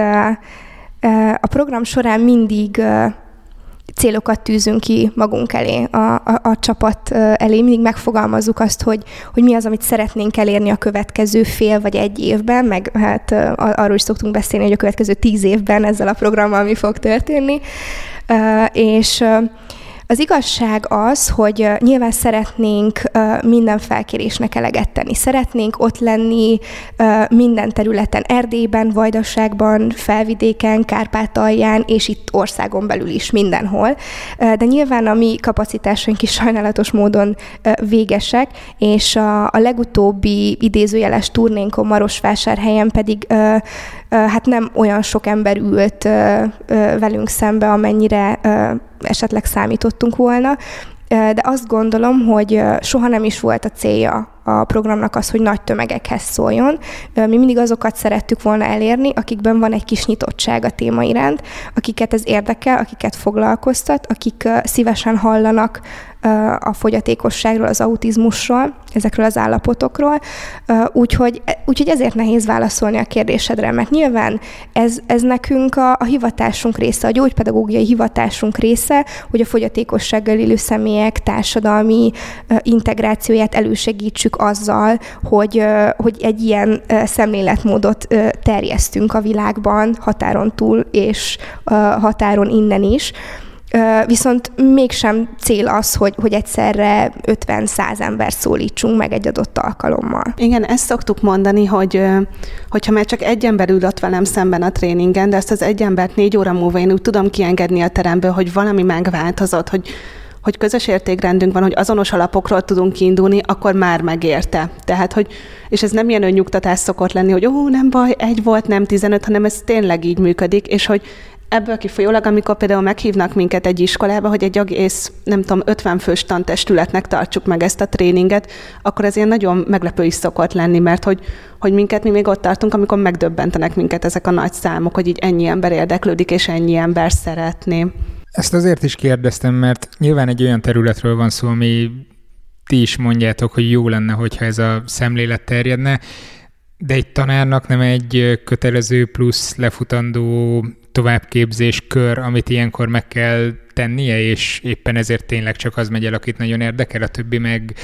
a program során mindig célokat tűzünk ki magunk elé, a, a, a csapat elé. Mindig megfogalmazzuk azt, hogy, hogy mi az, amit szeretnénk elérni a következő fél vagy egy évben, meg hát arról is szoktunk beszélni, hogy a következő tíz évben ezzel a programmal mi fog történni. És az igazság az, hogy nyilván szeretnénk minden felkérésnek eleget tenni. Szeretnénk ott lenni minden területen, Erdélyben, Vajdaságban, Felvidéken, Kárpátalján, és itt országon belül is mindenhol. De nyilván a mi kapacitásaink is sajnálatos módon végesek, és a, a legutóbbi idézőjeles turnénkon Marosvásárhelyen pedig hát nem olyan sok ember ült velünk szembe, amennyire esetleg számítottunk volna, de azt gondolom, hogy soha nem is volt a célja a programnak az, hogy nagy tömegekhez szóljon. Mi mindig azokat szerettük volna elérni, akikben van egy kis nyitottság a téma iránt, akiket ez érdekel, akiket foglalkoztat, akik szívesen hallanak a fogyatékosságról, az autizmusról, ezekről az állapotokról. Úgyhogy, úgyhogy ezért nehéz válaszolni a kérdésedre, mert nyilván ez, ez nekünk a, a hivatásunk része, a gyógypedagógiai hivatásunk része, hogy a fogyatékossággal élő személyek társadalmi integrációját elősegítsük azzal, hogy, hogy egy ilyen szemléletmódot terjesztünk a világban, határon túl és határon innen is. Viszont mégsem cél az, hogy, hogy egyszerre ötven-száz ember szólítsunk meg egy adott alkalommal. Igen, ezt szoktuk mondani, hogy hogyha már csak egy ember ül ott velem szemben a tréningen, de ezt az egy embert négy óra múlva én úgy tudom kiengedni a teremből, hogy valami megváltozott, hogy hogy közös értékrendünk van, hogy azonos alapokról tudunk kiindulni, akkor már megérte. Tehát, hogy, és ez nem ilyen önnyugtatás szokott lenni, hogy ó, nem baj, egy volt, nem tizenöt, hanem ez tényleg így működik, és hogy ebből kifolyólag, amikor például meghívnak minket egy iskolába, hogy egy egész, nem tudom, ötven fős tantestületnek tartsuk meg ezt a tréninget, akkor ez ilyen nagyon meglepő is szokott lenni, mert hogy, hogy minket mi még ott tartunk, amikor megdöbbentenek minket ezek a nagy számok, hogy így ennyi ember érdeklődik, és ennyi ember szeretné. Ezt azért is kérdeztem, mert nyilván egy olyan területről van szó, ami ti is mondjátok, hogy jó lenne, hogyha ez a szemlélet terjedne, de egy tanárnak nem egy kötelező plusz lefutandó továbbképzés kör, amit ilyenkor meg kell tennie, és éppen ezért tényleg csak az megy el, akit nagyon érdekel, a többi meg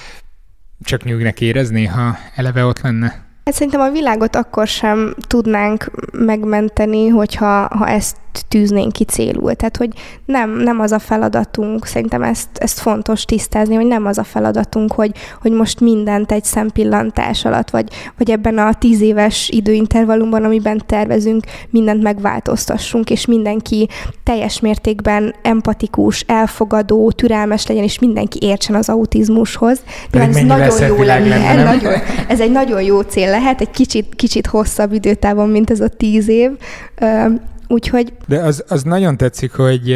csak nyugnak érezni, ha eleve ott lenne? Hát szerintem a világot akkor sem tudnánk megmenteni, hogyha ha ezt tűznénk ki célul. Tehát, hogy nem, nem az a feladatunk, szerintem ezt, ezt fontos tisztázni, hogy nem az a feladatunk, hogy, hogy most mindent egy szempillantás alatt, vagy, vagy ebben a tíz éves időintervallumban, amiben tervezünk, mindent megváltoztassunk, és mindenki teljes mértékben empatikus, elfogadó, türelmes legyen, és mindenki értsen az autizmushoz. De ez nagyon jó lenne. Nagyon, ez egy nagyon jó cél lehet, egy kicsit, kicsit hosszabb időtávon, mint ez a tíz év. Úgyhogy... De az, az nagyon tetszik, hogy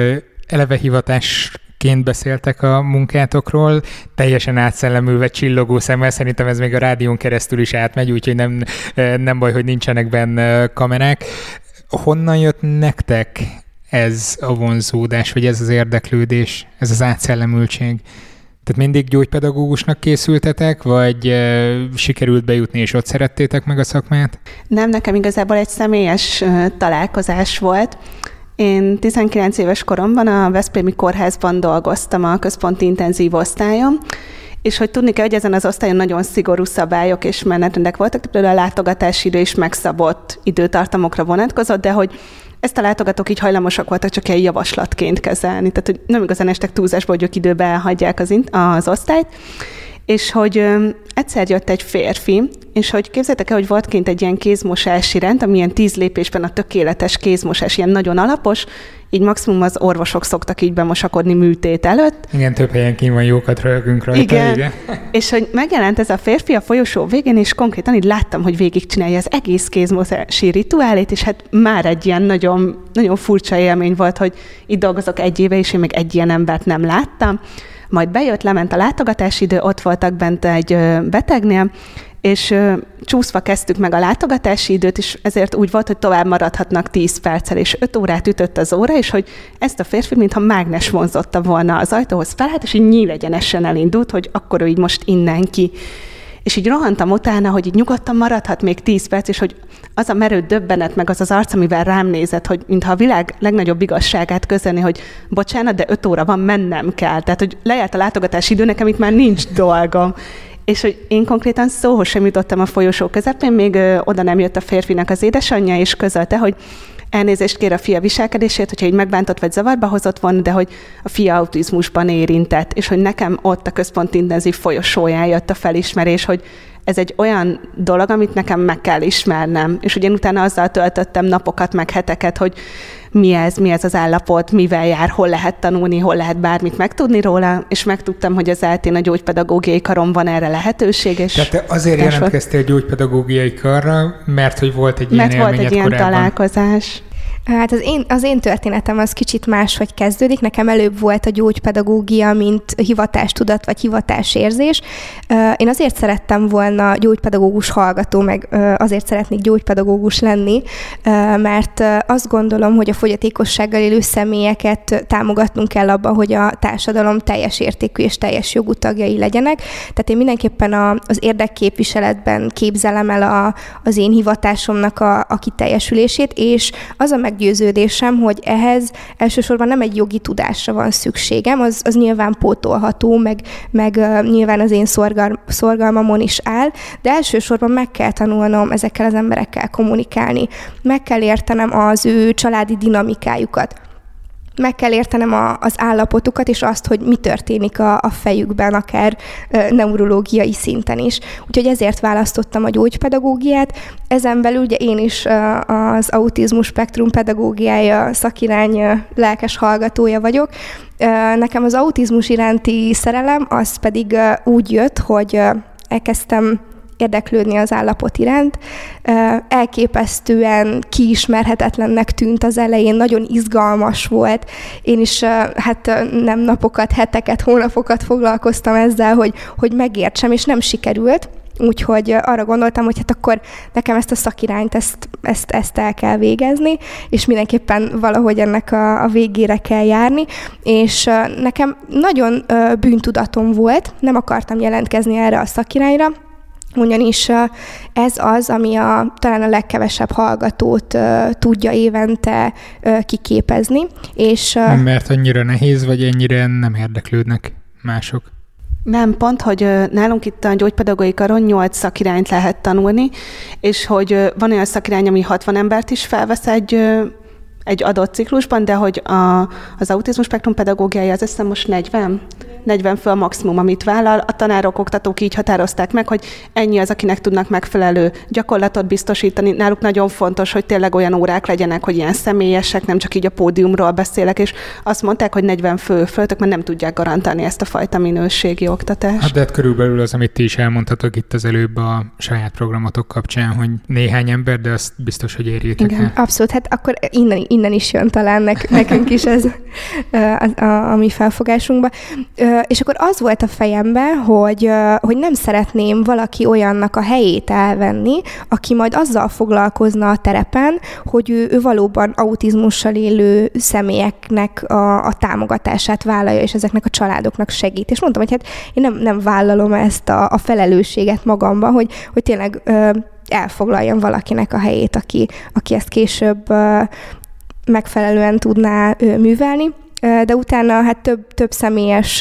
eleve hivatásként beszéltek a munkátokról, teljesen átszellemülve, csillogó szemmel, szerintem ez még a rádión keresztül is átmegy, úgyhogy nem, nem baj, hogy nincsenek benne kamerák. Honnan jött nektek ez a vonzódás, vagy ez az érdeklődés, ez az átszellemültség? Tehát mindig gyógypedagógusnak készültetek, vagy e, sikerült bejutni, és ott szerettétek meg a szakmát? Nem, nekem igazából egy személyes uh, találkozás volt. Én tizenkilenc éves koromban a Veszprémi Kórházban dolgoztam a központi intenzív osztályon, és hogy tudni kell, hogy ezen az osztályon nagyon szigorú szabályok és menetrendek voltak, például a látogatási idő is megszabott időtartamokra vonatkozott, de hogy ezt a látogatók így hajlamosak voltak csak ilyen javaslatként kezelni, tehát hogy nem igazán estek túlzásba, hogy ők időbe elhagyják az, int- az osztályt, és hogy ö, egyszer jött egy férfi, és hogy képzeljétek el, hogy volt kint egy ilyen kézmosási rend, ami ilyen tíz lépésben a tökéletes kézmosás, ilyen nagyon alapos, így maximum az orvosok szoktak így bemosakodni műtét előtt. Igen, több helyen kín van, jókat röhögünk rajta. Igen. igen, és hogy megjelent ez a férfi a folyosó végén, és konkrétan így láttam, hogy végigcsinálja az egész kézmosási rituálét, és hát már egy ilyen nagyon, nagyon furcsa élmény volt, hogy itt dolgozok egy éve, és én még egy ilyen embert nem láttam. Majd bejött, lement a látogatási idő, ott voltak bent egy betegnél, és ö, csúszva kezdtük meg a látogatási időt, és ezért úgy volt, hogy tovább maradhatnak tíz perccel, és öt órát ütött az óra, és hogy ezt a férfi, mintha mágnes vonzotta volna az ajtóhoz felállt, és így nyílegyenesen elindult, hogy akkor ő így most innen ki. És így rohantam utána, hogy így nyugodtan maradhat még tíz perc, és hogy az a merő döbbenet, meg az az arc, amivel rám nézett, hogy mintha a világ legnagyobb igazságát közölni, hogy bocsánat, de öt óra van, mennem kell. Tehát, hogy lejárt a látogatási idő, nekem itt már nincs dolgom. És hogy én konkrétan szóhoz sem jutottam a folyosó közepén, még ö, oda nem jött a férfinak az édesanyja, és közölte, hogy elnézést kér a fia viselkedését, hogyha így megbántott vagy zavarba hozott volna, de hogy a fia autizmusban érintett, és hogy nekem ott a központi intenzív folyosóján jött a felismerés, hogy ez egy olyan dolog, amit nekem meg kell ismernem. És ugye utána azzal töltöttem napokat, meg heteket, hogy mi ez, mi ez az állapot, mivel jár, hol lehet tanulni, hol lehet bármit megtudni róla, és megtudtam, hogy az eltén a gyógypedagógiai karon van erre lehetőség. És Tehát te azért jelentkeztél gyógypedagógiai karra, mert hogy volt egy mert ilyen volt egy ilyen korábban. találkozás. Hát az én, az én történetem az kicsit máshogy kezdődik. Nekem előbb volt a gyógypedagógia, mint hivatástudat vagy hivatásérzés. Én azért szerettem volna gyógypedagógus hallgató, meg azért szeretnék gyógypedagógus lenni, mert azt gondolom, hogy a fogyatékossággal élő személyeket támogatnunk kell abban, hogy a társadalom teljes értékű és teljes jogú tagjai legyenek. Tehát én mindenképpen a, az érdekképviseletben képzelem el a, az én hivatásomnak a, a kiteljesülését, és az a meg győződésem, hogy ehhez elsősorban nem egy jogi tudásra van szükségem, az, az nyilván pótolható, meg, meg uh, nyilván az én szorgal, szorgalmamon is áll, de elsősorban meg kell tanulnom ezekkel az emberekkel kommunikálni. Meg kell értenem az ő családi dinamikájukat. Meg kell értenem a, az állapotukat, és azt, hogy mi történik a, a fejükben, akár e, neurológiai szinten is. Úgyhogy ezért választottam a gyógypedagógiát. Ezen belül ugye én is e, az autizmus spektrum pedagógiája szakirány e, lelkes hallgatója vagyok. E, nekem az autizmus iránti szerelem az pedig e, úgy jött, hogy e, elkezdtem érdeklődni az állapot iránt. Elképesztően kiismerhetetlennek tűnt az elején, nagyon izgalmas volt. Én is hát nem napokat, heteket, hónapokat foglalkoztam ezzel, hogy, hogy megértsem, és nem sikerült. Úgyhogy arra gondoltam, hogy hát akkor nekem ezt a szakirányt, ezt, ezt, ezt el kell végezni, és mindenképpen valahogy ennek a, a végére kell járni. És nekem nagyon bűntudatom volt, nem akartam jelentkezni erre a szakirányra, ugyanis ez az, ami a, talán a legkevesebb hallgatót uh, tudja évente uh, kiképezni. És, uh, nem mert annyira nehéz, vagy ennyire nem érdeklődnek mások? Nem, pont, hogy nálunk itt a gyógypedagógiai karon nyolc szakirányt lehet tanulni, és hogy van olyan szakirány, ami hatvan embert is felvesz egy, egy adott ciklusban, de hogy a, az autizmus spektrum pedagógiája az hiszem most negyven, negyven fő a maximum, amit vállal. A tanárok, oktatók így határozták meg, hogy ennyi az, akinek tudnak megfelelő gyakorlatot biztosítani. Náluk nagyon fontos, hogy tényleg olyan órák legyenek, hogy ilyen személyesek, nem csak így a pódiumról beszélek, és azt mondták, hogy negyven fő fölöttök, mert nem tudják garantálni ezt a fajta minőségi oktatást. Hát de hát körülbelül az, amit ti is elmondhatok itt az előbb a saját programotok kapcsán, hogy néhány ember, de azt biztos, hogy érjétek el. Abszolút, hát akkor innen, innen is jön talán nekünk is ez a, a, a mi felfogásunkba. És akkor az volt a fejemben, hogy, hogy nem szeretném valaki olyannak a helyét elvenni, aki majd azzal foglalkozna a terepen, hogy ő, ő valóban autizmussal élő személyeknek a, a támogatását vállalja, és ezeknek a családoknak segít. És mondtam, hogy hát én nem, nem vállalom ezt a, a felelősséget magamba, hogy, hogy tényleg ö, elfoglaljam valakinek a helyét, aki, aki ezt később ö, megfelelően tudná ö, művelni. De utána hát több, több személyes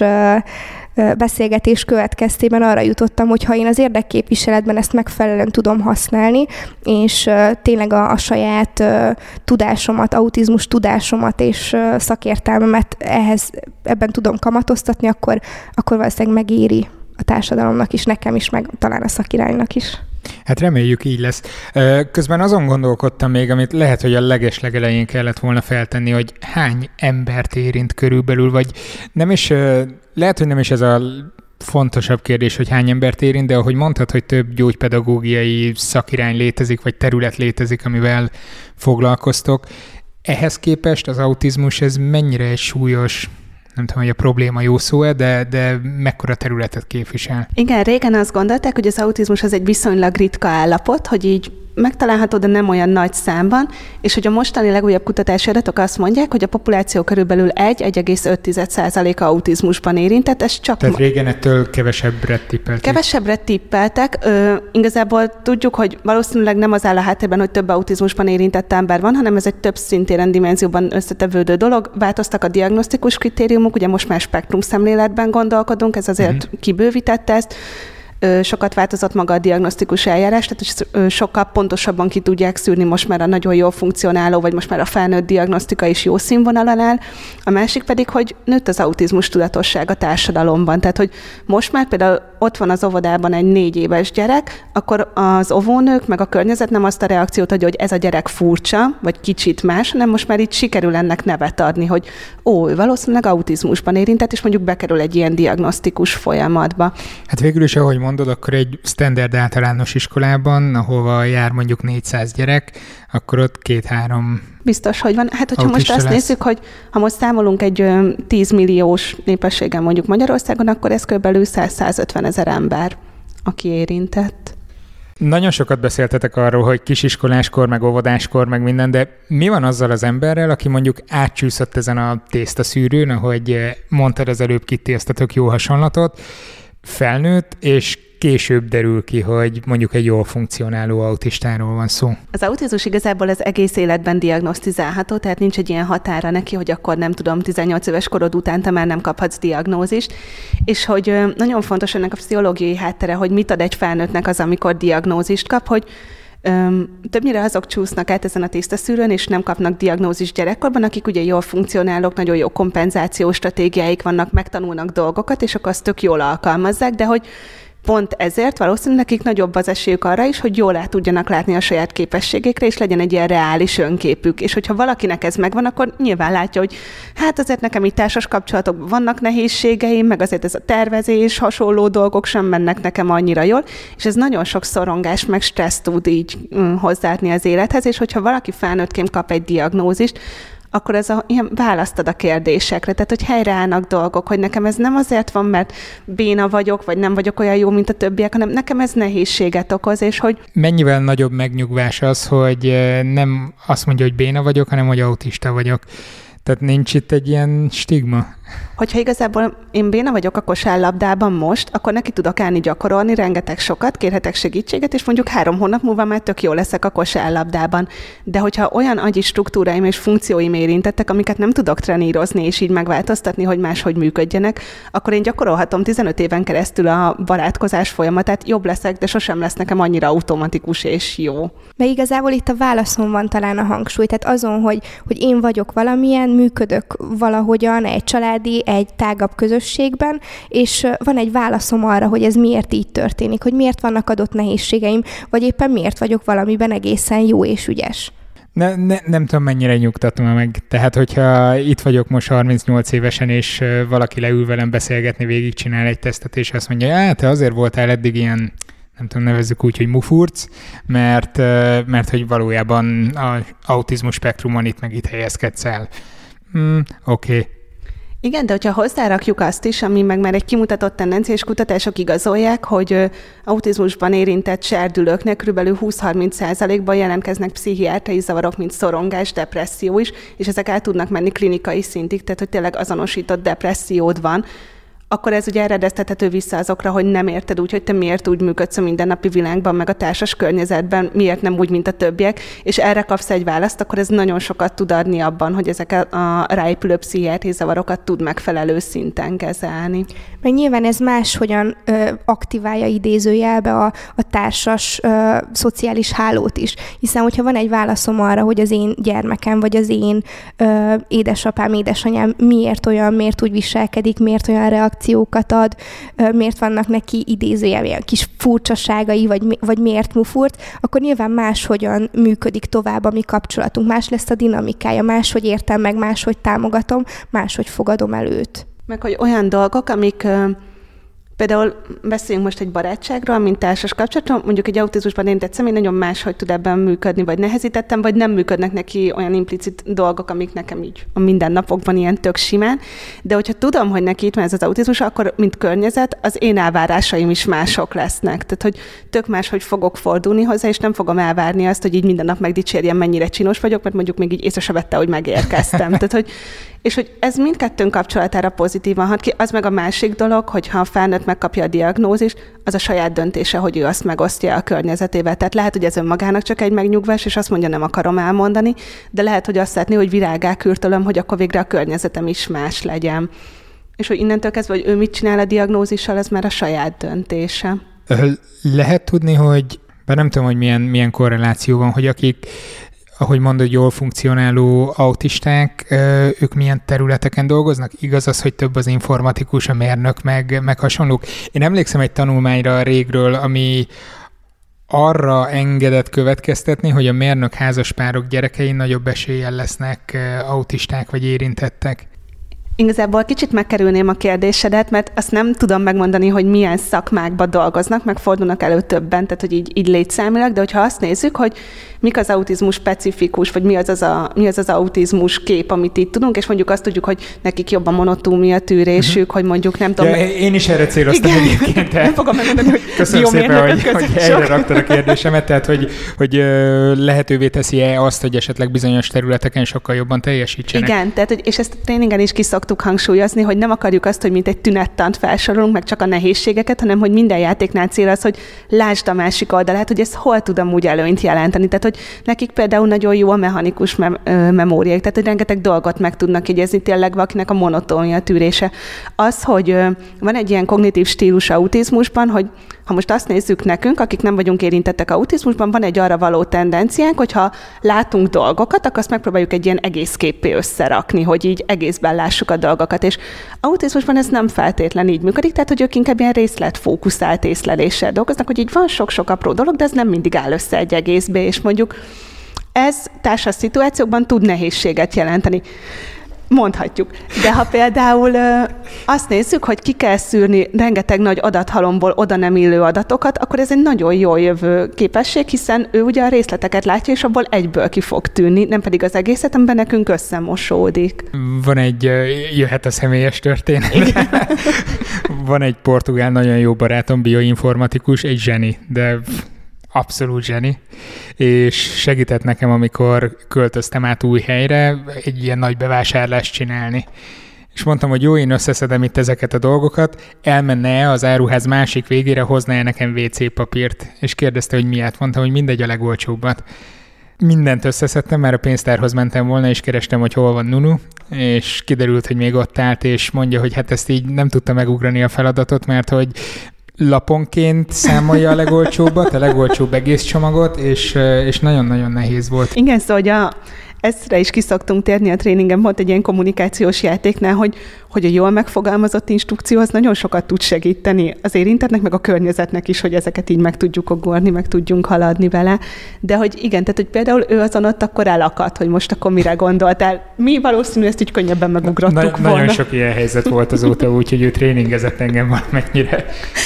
beszélgetés következtében arra jutottam, hogy ha én az érdekképviseletben ezt megfelelően tudom használni, és tényleg a, a saját tudásomat, autizmus tudásomat és szakértelmemet ehhez, ebben tudom kamatoztatni, akkor, akkor valószínűleg megéri a társadalomnak is, nekem is, meg talán a szakiránynak is. Hát reméljük, így lesz. Közben azon gondolkodtam még, amit lehet, hogy a legeslegelején kellett volna feltenni, hogy hány embert érint körülbelül, vagy nem is, lehet, hogy nem is ez a fontosabb kérdés, hogy hány embert érint, de ahogy mondtad, hogy több gyógypedagógiai szakirány létezik, vagy terület létezik, amivel foglalkoztok. Ehhez képest az autizmus, ez mennyire egy súlyos, nem tudom, hogy a probléma jó szó-e, de, de mekkora területet képvisel? Igen, régen azt gondolták, hogy az autizmus az egy viszonylag ritka állapot, hogy így megtalálható, de nem olyan nagy számban, és hogy a mostani legújabb kutatási adatok azt mondják, hogy a populáció körülbelül egy egész öt százaléka autizmusban érintett, ez csak... Tehát régen ettől kevesebbre tippeltek. Kevesebbre tippeltek. Ö, igazából tudjuk, hogy valószínűleg nem az áll a háttérben, hogy több autizmusban érintett ember van, hanem ez egy több szintéren, dimenzióban összetevődő dolog. Változtak a diagnosztikus kritériumok, ugye most már spektrum szemléletben gondolkodunk, ez azért uh-huh. kibővítette ezt. Sokat változott maga a diagnosztikus eljárás, tehát sokkal pontosabban ki tudják szűrni most már a nagyon jól funkcionáló, vagy most már a felnőtt diagnosztika is jó színvonalon áll. A másik pedig, hogy nőtt az autizmus tudatosság a társadalomban. Tehát, hogy most már például ott van az óvodában egy négy éves gyerek, akkor az óvónők meg a környezet nem azt a reakciót adja, hogy ez a gyerek furcsa, vagy kicsit más, hanem most már itt sikerül ennek nevet adni, hogy ó, valószínűleg autizmusban érintett, és mondjuk bekerül egy ilyen diagnosztikus folyamatba. Hát végül is, ahogy mondod, akkor egy standard általános iskolában, ahova jár mondjuk négyszáz gyerek, akkor ott két-három biztos, hogy van. Hát, hogyha most azt lesz. nézzük, hogy ha most számolunk egy tíz milliós népességen mondjuk Magyarországon, akkor ez kb. száz-százötven ezer ember, aki érintett. Nagyon sokat beszéltetek arról, hogy kisiskoláskor, meg óvodáskor, meg minden, de mi van azzal az emberrel, aki mondjuk átcsúszott ezen a tésztaszűrőn, ahogy mondtad az előbb, Kitti, ezt a tök jó hasonlatot, felnőtt, és később derül ki, hogy mondjuk egy jól funkcionáló autistáról van szó. Az autizmus igazából az egész életben diagnosztizálható, tehát nincs egy ilyen határa neki, hogy akkor nem tudom, tizennyolc éves korod után te már nem kaphatsz diagnózist, és hogy nagyon fontos ennek a pszichológiai háttere, hogy mit ad egy felnőttnek az, amikor diagnózist kap, hogy Öm, többnyire azok csúsznak át ezen a tésztaszűrőn, és nem kapnak diagnózist gyerekkorban, akik ugye jól funkcionálók, nagyon jó kompenzációs stratégiáik vannak, megtanulnak dolgokat, és akkor azt tök jól alkalmazzák, de hogy pont ezért valószínűleg nekik nagyobb az esélyük arra is, hogy jól át tudjanak látni a saját képességekre, és legyen egy ilyen reális önképük. És hogyha valakinek ez megvan, akkor nyilván látja, hogy hát azért nekem itt társas kapcsolatokban vannak nehézségeim, meg azért ez a tervezés, hasonló dolgok sem mennek nekem annyira jól, és ez nagyon sok szorongás, meg stressz tud így mm, hozzáadni az élethez, és hogyha valaki felnőttként kap egy diagnózist, akkor ez a, ilyen választad a kérdésekre, tehát hogy helyreállnak dolgok, hogy nekem ez nem azért van, mert béna vagyok, vagy nem vagyok olyan jó, mint a többiek, hanem nekem ez nehézséget okoz, és hogy... Mennyivel nagyobb megnyugvás az, hogy nem azt mondja, hogy béna vagyok, hanem hogy autista vagyok. Tehát nincs itt egy ilyen stigma? Hogyha igazából én béna vagyok a kosárlabdában most, akkor neki tudok állni gyakorolni rengeteg sokat, kérhetek segítséget, és mondjuk három hónap múlva már tök jó leszek a kosárlabdában. De hogyha olyan agyi struktúráim és funkcióim érintettek, amiket nem tudok trenírozni, és így megváltoztatni, hogy máshogy működjenek, akkor én gyakorolhatom tizenöt éven keresztül a barátkozás folyamatát, jobb leszek, de sosem lesz nekem annyira automatikus és jó. De igazából itt a válaszon van talán a hangsúly, tehát azon, hogy, hogy én vagyok valamilyen, működök valahogyan egy családi, egy tágabb közösségben, és van egy válaszom arra, hogy ez miért így történik, hogy miért vannak adott nehézségeim, vagy éppen miért vagyok valamiben egészen jó és ügyes. Ne, ne, nem tudom, mennyire nyugtatom meg. Tehát, hogyha itt vagyok most harmincnyolc évesen, és valaki leül velem beszélgetni, végigcsinál egy tesztet, és azt mondja, hát te azért voltál eddig ilyen, nem tudom, nevezzük úgy, hogy mufurc, mert, mert hogy valójában az autizmus spektrumon itt meg itt helyezkedsz el. Hmm, oké. Okay. Igen, de hogyha hozzárakjuk azt is, ami meg már egy kimutatott tendencia, és kutatások igazolják, hogy autizmusban érintett serdülőknek kb. húsz-harminc százalékban jelentkeznek pszichiátriai zavarok, mint szorongás, depresszió is, és ezek el tudnak menni klinikai szintig, tehát hogy tényleg azonosított depressziód van, akkor ez ugye eredeztethető vissza azokra, hogy nem érted úgy, hogy te miért úgy működsz a mindennapi világban, meg a társas környezetben, miért nem úgy, mint a többiek, és erre kapsz egy választ, akkor ez nagyon sokat tud adni abban, hogy ezek a, a ráépülő pszichiátriai zavarokat tud megfelelő szinten kezelni. Meg nyilván ez máshogyan ö, aktiválja idézőjelbe a, a társas ö, szociális hálót is, hiszen hogyha van egy válaszom arra, hogy az én gyermekem, vagy az én ö, édesapám, édesanyám miért olyan, miért úgy viselkedik, miért olyan reakciókat ad, miért vannak neki idézőjelben kis furcsaságai, vagy, vagy miért mufurt, akkor nyilván máshogyan működik tovább a mi kapcsolatunk. Más lesz a dinamikája, máshogy értem meg, máshogy támogatom, máshogy fogadom el őt. Meg hogy olyan dolgok, amik például beszéljünk most egy barátságról, mint társas kapcsolatról, mondjuk egy autizmusban érintett személy nagyon máshogy tud ebben működni, vagy nehezítettem, vagy nem működnek neki olyan implicit dolgok, amik nekem így a mindennapokban ilyen tök simán. De hogyha tudom, hogy neki itt van ez az autizmus, akkor mint környezet, az én elvárásaim is mások lesznek. Tehát, hogy tök máshogy fogok fordulni hozzá, és nem fogom elvárni azt, hogy így minden nap megdicsérjem, mennyire csinos vagyok, mert mondjuk még így észre se vette, hogy megérkeztem. Tehát, hogy és hogy ez mindkettőnk kapcsolatára pozitívan hat ki. Az meg a másik dolog, hogy ha a felnőtt megkapja a diagnózist, az a saját döntése, hogy ő azt megosztja a környezetével. Tehát lehet, hogy ez önmagának csak egy megnyugvás, és azt mondja, nem akarom elmondani, de lehet, hogy azt szeretné, hogy virággá kürtölöm, hogy akkor végre a környezetem is más legyen. És hogy innentől kezdve, hogy ő mit csinál a diagnózissal, ez már a saját döntése. Lehet tudni, hogy, bár nem tudom, hogy milyen, milyen korreláció van, hogy akik ahogy mondod, jól funkcionáló autisták, ők milyen területeken dolgoznak? Igaz az, hogy több az informatikus, a mérnök, meg, meg hasonlók? Én emlékszem egy tanulmányra régről, ami arra engedett következtetni, hogy a mérnök házaspárok gyerekei nagyobb eséllyel lesznek autisták vagy érintettek. Igazából kicsit megkerülném a kérdésedet, mert azt nem tudom megmondani, hogy milyen szakmákban dolgoznak, meg fordulnak elő többen, tehát hogy így, így létszámilag, de hogyha azt nézzük, hogy mik az autizmus specifikus, vagy mi az az, a, mi az az autizmus kép, amit itt tudunk, és mondjuk azt tudjuk, hogy nekik jobb a monotómia tűrésük, uh-huh. hogy mondjuk nem tudom... Ja, én is erre céloztam igen, egyébként. Nem fogom megmondani, hogy köszönöm szépen, hogy, hogy helyre raktad a kérdésemet, tehát hogy, hogy lehetővé teszi-e azt, hogy esetleg bizonyos területeken sokkal jobban teljesítsenek. Igen, tehát, hogy, és ezt a tréningen is ki szoktuk hangsúlyozni, hogy nem akarjuk azt, hogy mint egy tünettant felsorolunk, meg csak a nehézségeket, hanem hogy minden játéknál cél az, hogy lásd a másik oldalát, hogy ez hol tud amúgy előnyt jelenteni. Tehát, hogy nekik például nagyon jó a mechanikus mem- memóriák, tehát, hogy rengeteg dolgot meg tudnak jegyezni, tényleg valakinek a monotónia tűrése. Az, hogy van egy ilyen kognitív stílus autizmusban, hogy ha most azt nézzük nekünk, akik nem vagyunk érintettek autizmusban, van egy arra való tendenciánk, hogyha látunk dolgokat, akkor azt megpróbáljuk egy ilyen egész képpé összerakni, hogy így egészben lássuk a a dolgokat, és autizmusban ez nem feltétlen így működik, tehát hogy ők inkább ilyen részletfókuszált észleléssel dolgoznak, hogy így van sok-sok apró dolog, de ez nem mindig áll össze egy egészbe, és mondjuk ez társas szituációkban tud nehézséget jelenteni. Mondhatjuk. De ha például ö, azt nézzük, hogy ki kell szűrni rengeteg nagy adathalomból oda nem illő adatokat, akkor ez egy nagyon jól jövő képesség, hiszen ő ugye a részleteket látja, és abból egyből ki fog tűnni, nem pedig az egészet, amiben nekünk összemosódik. Van egy, jöhet a személyes történet. Van egy portugál nagyon jó barátom, bioinformatikus, egy zseni, de... abszolút zseni, és segített nekem, amikor költöztem át új helyre, egy ilyen nagy bevásárlást csinálni. És mondtam, hogy jó, én összeszedem itt ezeket a dolgokat, elmenne az áruház másik végére, hozná nekem vé cé papírt, és kérdezte, hogy miért. Mondtam, hogy mindegy, a legolcsóbbat. Mindent összeszedtem, már a pénztárhoz mentem volna, és kerestem, hogy hol van Nunu, és kiderült, hogy még ott állt, és mondja, hogy hát ezt így nem tudta megugrani a feladatot, mert hogy laponként számolja a legolcsóbbat, a legolcsóbb egész csomagot, és, és nagyon-nagyon nehéz volt. Igen, szóval hogy a, ezre is kiszoktunk térni a tréningen, volt egy ilyen kommunikációs játéknál, hogy, hogy a jól megfogalmazott instrukció az nagyon sokat tud segíteni az érintettnek, meg a környezetnek is, hogy ezeket így meg tudjuk ugorni, meg tudjunk haladni vele. De hogy igen, tehát hogy például ő azon ott akkor elakadt, hogy most akkor mire gondoltál. Mi valószínű ezt így könnyebben megugrottuk Na, volna. Nagyon sok ilyen helyzet volt azóta, úgyhogy ő tréningezett engem valamennyire.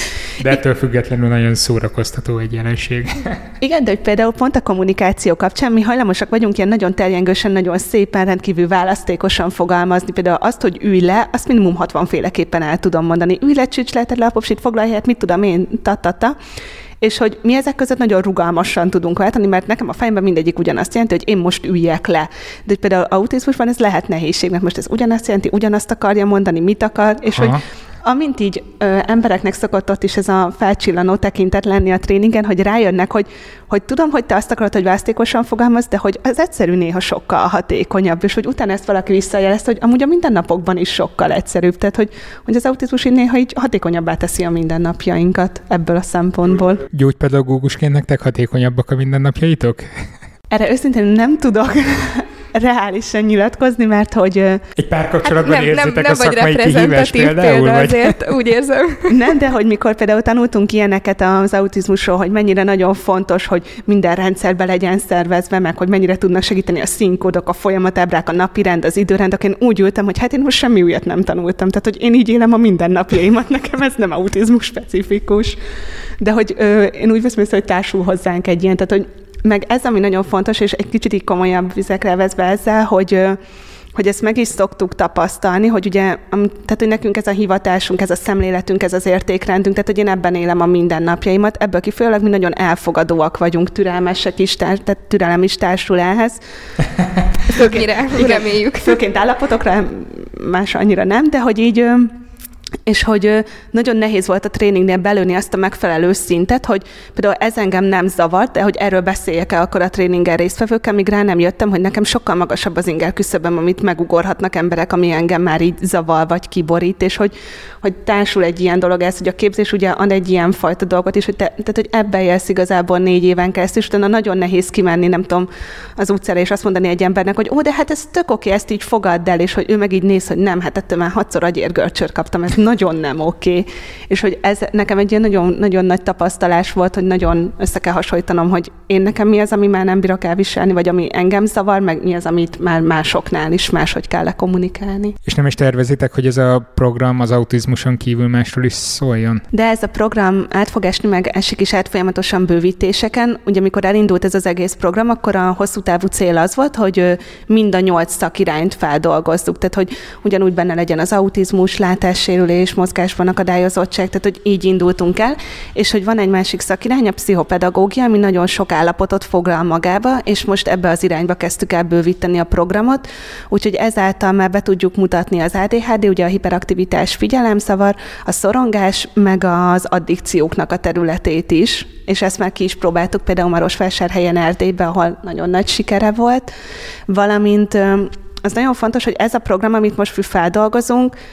De ettől függetlenül nagyon szórakoztató egy jelenség. Igen, de hogy például pont a kommunikáció kapcsán mi hajlamosak vagyunk ilyen nagyon terjengősen, nagyon szépen, rendkívül választékosan fogalmazni. Például azt, hogy ülj le, azt minimum hatvan féleképpen el tudom mondani. Ülj le, csücs le, tedd le a popsit, foglalj helyet, mit tudom én, ta-ta-ta. És hogy mi ezek között nagyon rugalmasan tudunk váltani, mert nekem a fejemben mindegyik ugyanazt jelenti, hogy én most üljek le. De hogy például autizmusban ez lehet nehézség, mert most ez ugyanazt jelenti, ugyanazt akarja mondani, mit akar, és Aha. hogy amint így ö, embereknek szokott ott is ez a felcsillanó tekintet lenni a tréningen, hogy rájönnek, hogy, hogy tudom, hogy te azt akarod, hogy választékosan fogalmaz, de hogy az egyszerű néha sokkal hatékonyabb, és hogy utána ezt valaki visszajelezte, hogy amúgy a mindennapokban is sokkal egyszerűbb. Tehát, hogy, hogy az autizmus így néha így hatékonyabbá teszi a mindennapjainkat ebből a szempontból. Gyógypedagógusként nektek hatékonyabbak a mindennapjaitok? Erre őszintén nem tudok reálisan nyilatkozni, mert hogy... Egy párkapcsolatban hát érzitek nem, nem a szakmai kihívás például? Példa azért, úgy érzem. Nem, de hogy mikor például tanultunk ilyeneket az autizmusról, hogy mennyire nagyon fontos, hogy minden rendszerbe legyen szervezve, meg hogy mennyire tudnak segíteni a színkódok, a folyamatábrák, a napirend, az időrend, én úgy ültem, hogy hát én most semmi újat nem tanultam. Tehát, hogy én így élem a mindennapjaimat, nekem ez nem autizmus specifikus. De hogy ö, én úgy veszem, hogy társul hozzánk egy ilyen, tehát, hogy meg ez, ami nagyon fontos, és egy kicsit így komolyabb vizekre vezve ezzel, hogy, hogy ezt meg is szoktuk tapasztalni, hogy ugye, tehát, hogy nekünk ez a hivatásunk, ez a szemléletünk, ez az értékrendünk, tehát, hogy én ebben élem a mindennapjaimat, ebből kifolyólag mi nagyon elfogadóak vagyunk, türelmesek is, tehát türelem is társul ehhez. Főként, reméljük. Főként állapotokra, más annyira nem, de hogy így... és hogy nagyon nehéz volt a tréningnél belőni azt a megfelelő szintet, hogy például ez engem nem zavart, de hogy erről beszéljek-e akkor a tréningen résztvevőkkel, míg rá nem jöttem, hogy nekem sokkal magasabb az inger küszöböm, amit megugorhatnak emberek, ami engem már így zavar vagy kiborít, és hogy, hogy társul egy ilyen dolog ez, hogy a képzés ugye ad egy ilyen fajta dolgot is, hogy, te, tehát, hogy ebben élsz igazából négy éven keresztül, és utána nagyon nehéz kimenni, nem tudom, az utcára, és azt mondani egy embernek, hogy ó, de hát ez tök oké, ezt így fogadd el, és hogy ő meg így néz, hogy nem, hát ettől már hatszor agyérgörcsöt kaptam, ez nagyon nem oké. Okay. És hogy ez nekem egy ilyen nagyon, nagyon nagy tapasztalás volt, hogy nagyon össze kell hasonlítanom, hogy én nekem mi az, ami már nem bírok elviselni, vagy ami engem zavar, meg mi az, amit már másoknál is máshogy kell lekommunikálni. És nem is tervezitek, hogy ez a program az autizmuson kívül másról is szóljon? De ez a program át fog esni, meg esik is át folyamatosan bővítéseken. Ugye amikor elindult ez az egész program, akkor a hosszú távú cél az volt, hogy mind a nyolc szakirányt feldolgozzuk. Tehát, hogy ugyanúgy benne legyen az autizmus, látássérülés, mozgásban akadályozottság, tehát hogy így indultunk el, és hogy van egy másik szakirány, a pszichopedagógia, ami nagyon sok állapotot foglal magába, és most ebbe az irányba kezdtük el bővíteni a programot, úgyhogy ezáltal már be tudjuk mutatni az á dé há dé, ugye a hiperaktivitás, figyelemszavar, a szorongás, meg az addikcióknak a területét is, és ezt már ki is próbáltuk például Marosvásárhelyen, Erdélyben, ahol nagyon nagy sikere volt, valamint az nagyon fontos, hogy ez a program, amit most feldolgozunk,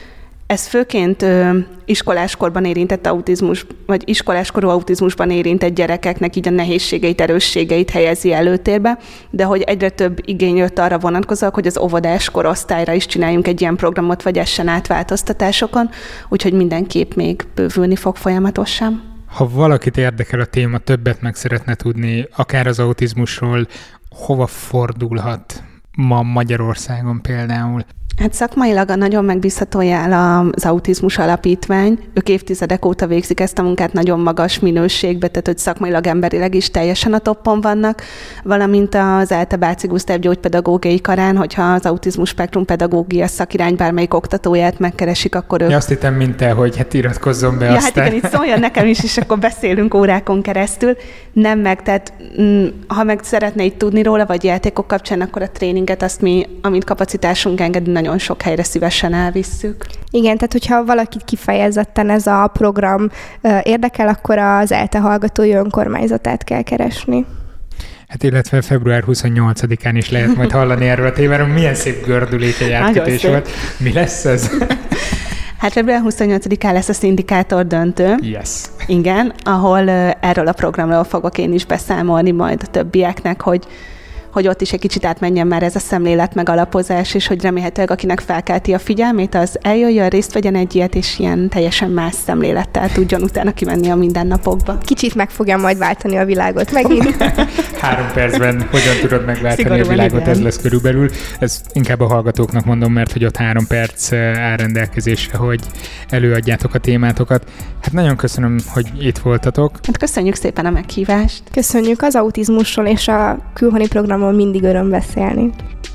Ez főként ö, iskoláskorban érintett autizmus, vagy iskoláskorú autizmusban érintett gyerekeknek így a nehézségeit, erősségeit helyezi előtérbe, de hogy egyre több igény jött arra vonatkozóan, hogy az óvodás korosztályra is csináljunk egy ilyen programot, vagy essen átváltoztatásokon, úgyhogy mindenképp még bővülni fog folyamatosan. Ha valakit érdekel a téma, többet meg szeretne tudni, akár az autizmusról, hova fordulhat ma Magyarországon például? Hát szakmailag a nagyon megbízható jel az Autizmus Alapítvány. Ők évtizedek óta végzik ezt a munkát nagyon magas minőségbe, tehát hogy szakmailag emberileg is teljesen a toppon vannak, valamint az ELTE Báci Gusztáv gyógypedagógiai karán, hogyha az autizmus spektrum pedagógia szakirány bármelyik oktatóját megkeresik, akkor ők... Ja, azt hittem, mint te, hogy hát iratkozzon be ja, aztán. hát igen, itt szóljon nekem is, és akkor beszélünk órákon keresztül. Nem meg, tehát mm, ha meg szeretne itt tudni róla, vagy játékok kapcsán, akkor a tréninget, azt mi, amint kapacitásunk enged, nagyon sok helyre szívesen elvisszük. Igen, tehát hogyha valakit kifejezetten ez a program érdekel, akkor az ELTE hallgatói önkormányzatát kell keresni. Hát illetve február huszonnyolcadikán is lehet majd hallani erről a témáról. Milyen szép gördülékeny átkötés volt. Mi lesz ez? Hát február huszonnyolcadikán lesz a szindikátor döntő. Yes. Igen, ahol erről a programról fogok én is beszámolni majd a többieknek, hogy hogy ott is egy kicsit átmenjen már ez a szemlélet megalapozás, és hogy remélhetőleg akinek felkelti a figyelmét, az eljöjjön, részt vegyen egy ilyet, és ilyen teljesen más szemlélettel tudjon utána kimenni a mindennapokba. Kicsit meg fogja majd váltani a világot megint. Három percben hogyan tudod megváltani Szigorúan a világot, igen. Ez lesz körülbelül. Ez inkább a hallgatóknak mondom, mert hogy ott három perc áll rendelkezésre, hogy előadjátok a témátokat. Hát nagyon köszönöm, hogy itt voltatok. Hát köszönjük szépen a meghívást. Köszönjük, az autizmusról és a külhoni programról mindig öröm beszélni.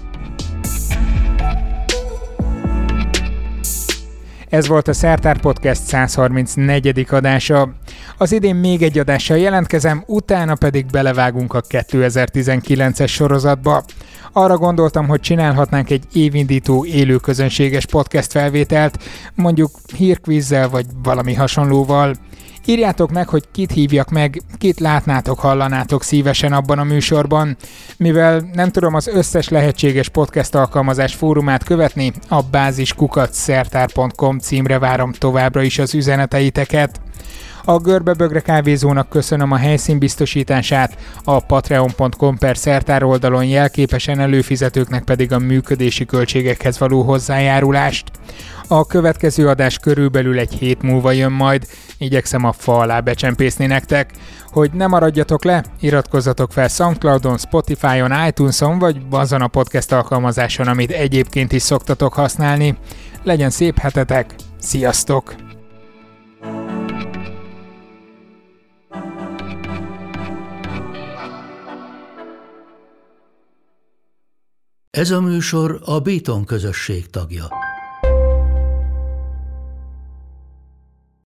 Ez volt a Szertár Podcast száz harmincnegyedik adása. Az idén még egy adással jelentkezem, utána pedig belevágunk a kétezer-tizenkilences sorozatba. Arra gondoltam, hogy csinálhatnánk egy évindító élő közönséges podcast felvételt, mondjuk hírkvízzel vagy valami hasonlóval. Írjátok meg, hogy kit hívjak meg, kit látnátok, hallanátok szívesen abban a műsorban. Mivel nem tudom az összes lehetséges podcast alkalmazás fórumát követni, a báziskukac szertár pont com címre várom továbbra is az üzeneteiteket. A Görbebögre kávézónak köszönöm a helyszínbiztosítását, a patreon pont com per szertár oldalon jelképesen előfizetőknek pedig a működési költségekhez való hozzájárulást. A következő adás körülbelül egy hét múlva jön majd, igyekszem a fa alá becsempészni nektek. Hogy ne maradjatok le, iratkozzatok fel SoundCloudon, Spotify-on, iTunes-on vagy azon a podcast alkalmazáson, amit egyébként is szoktatok használni. Legyen szép hetetek, sziasztok! Ez a műsor a Béton közösség tagja.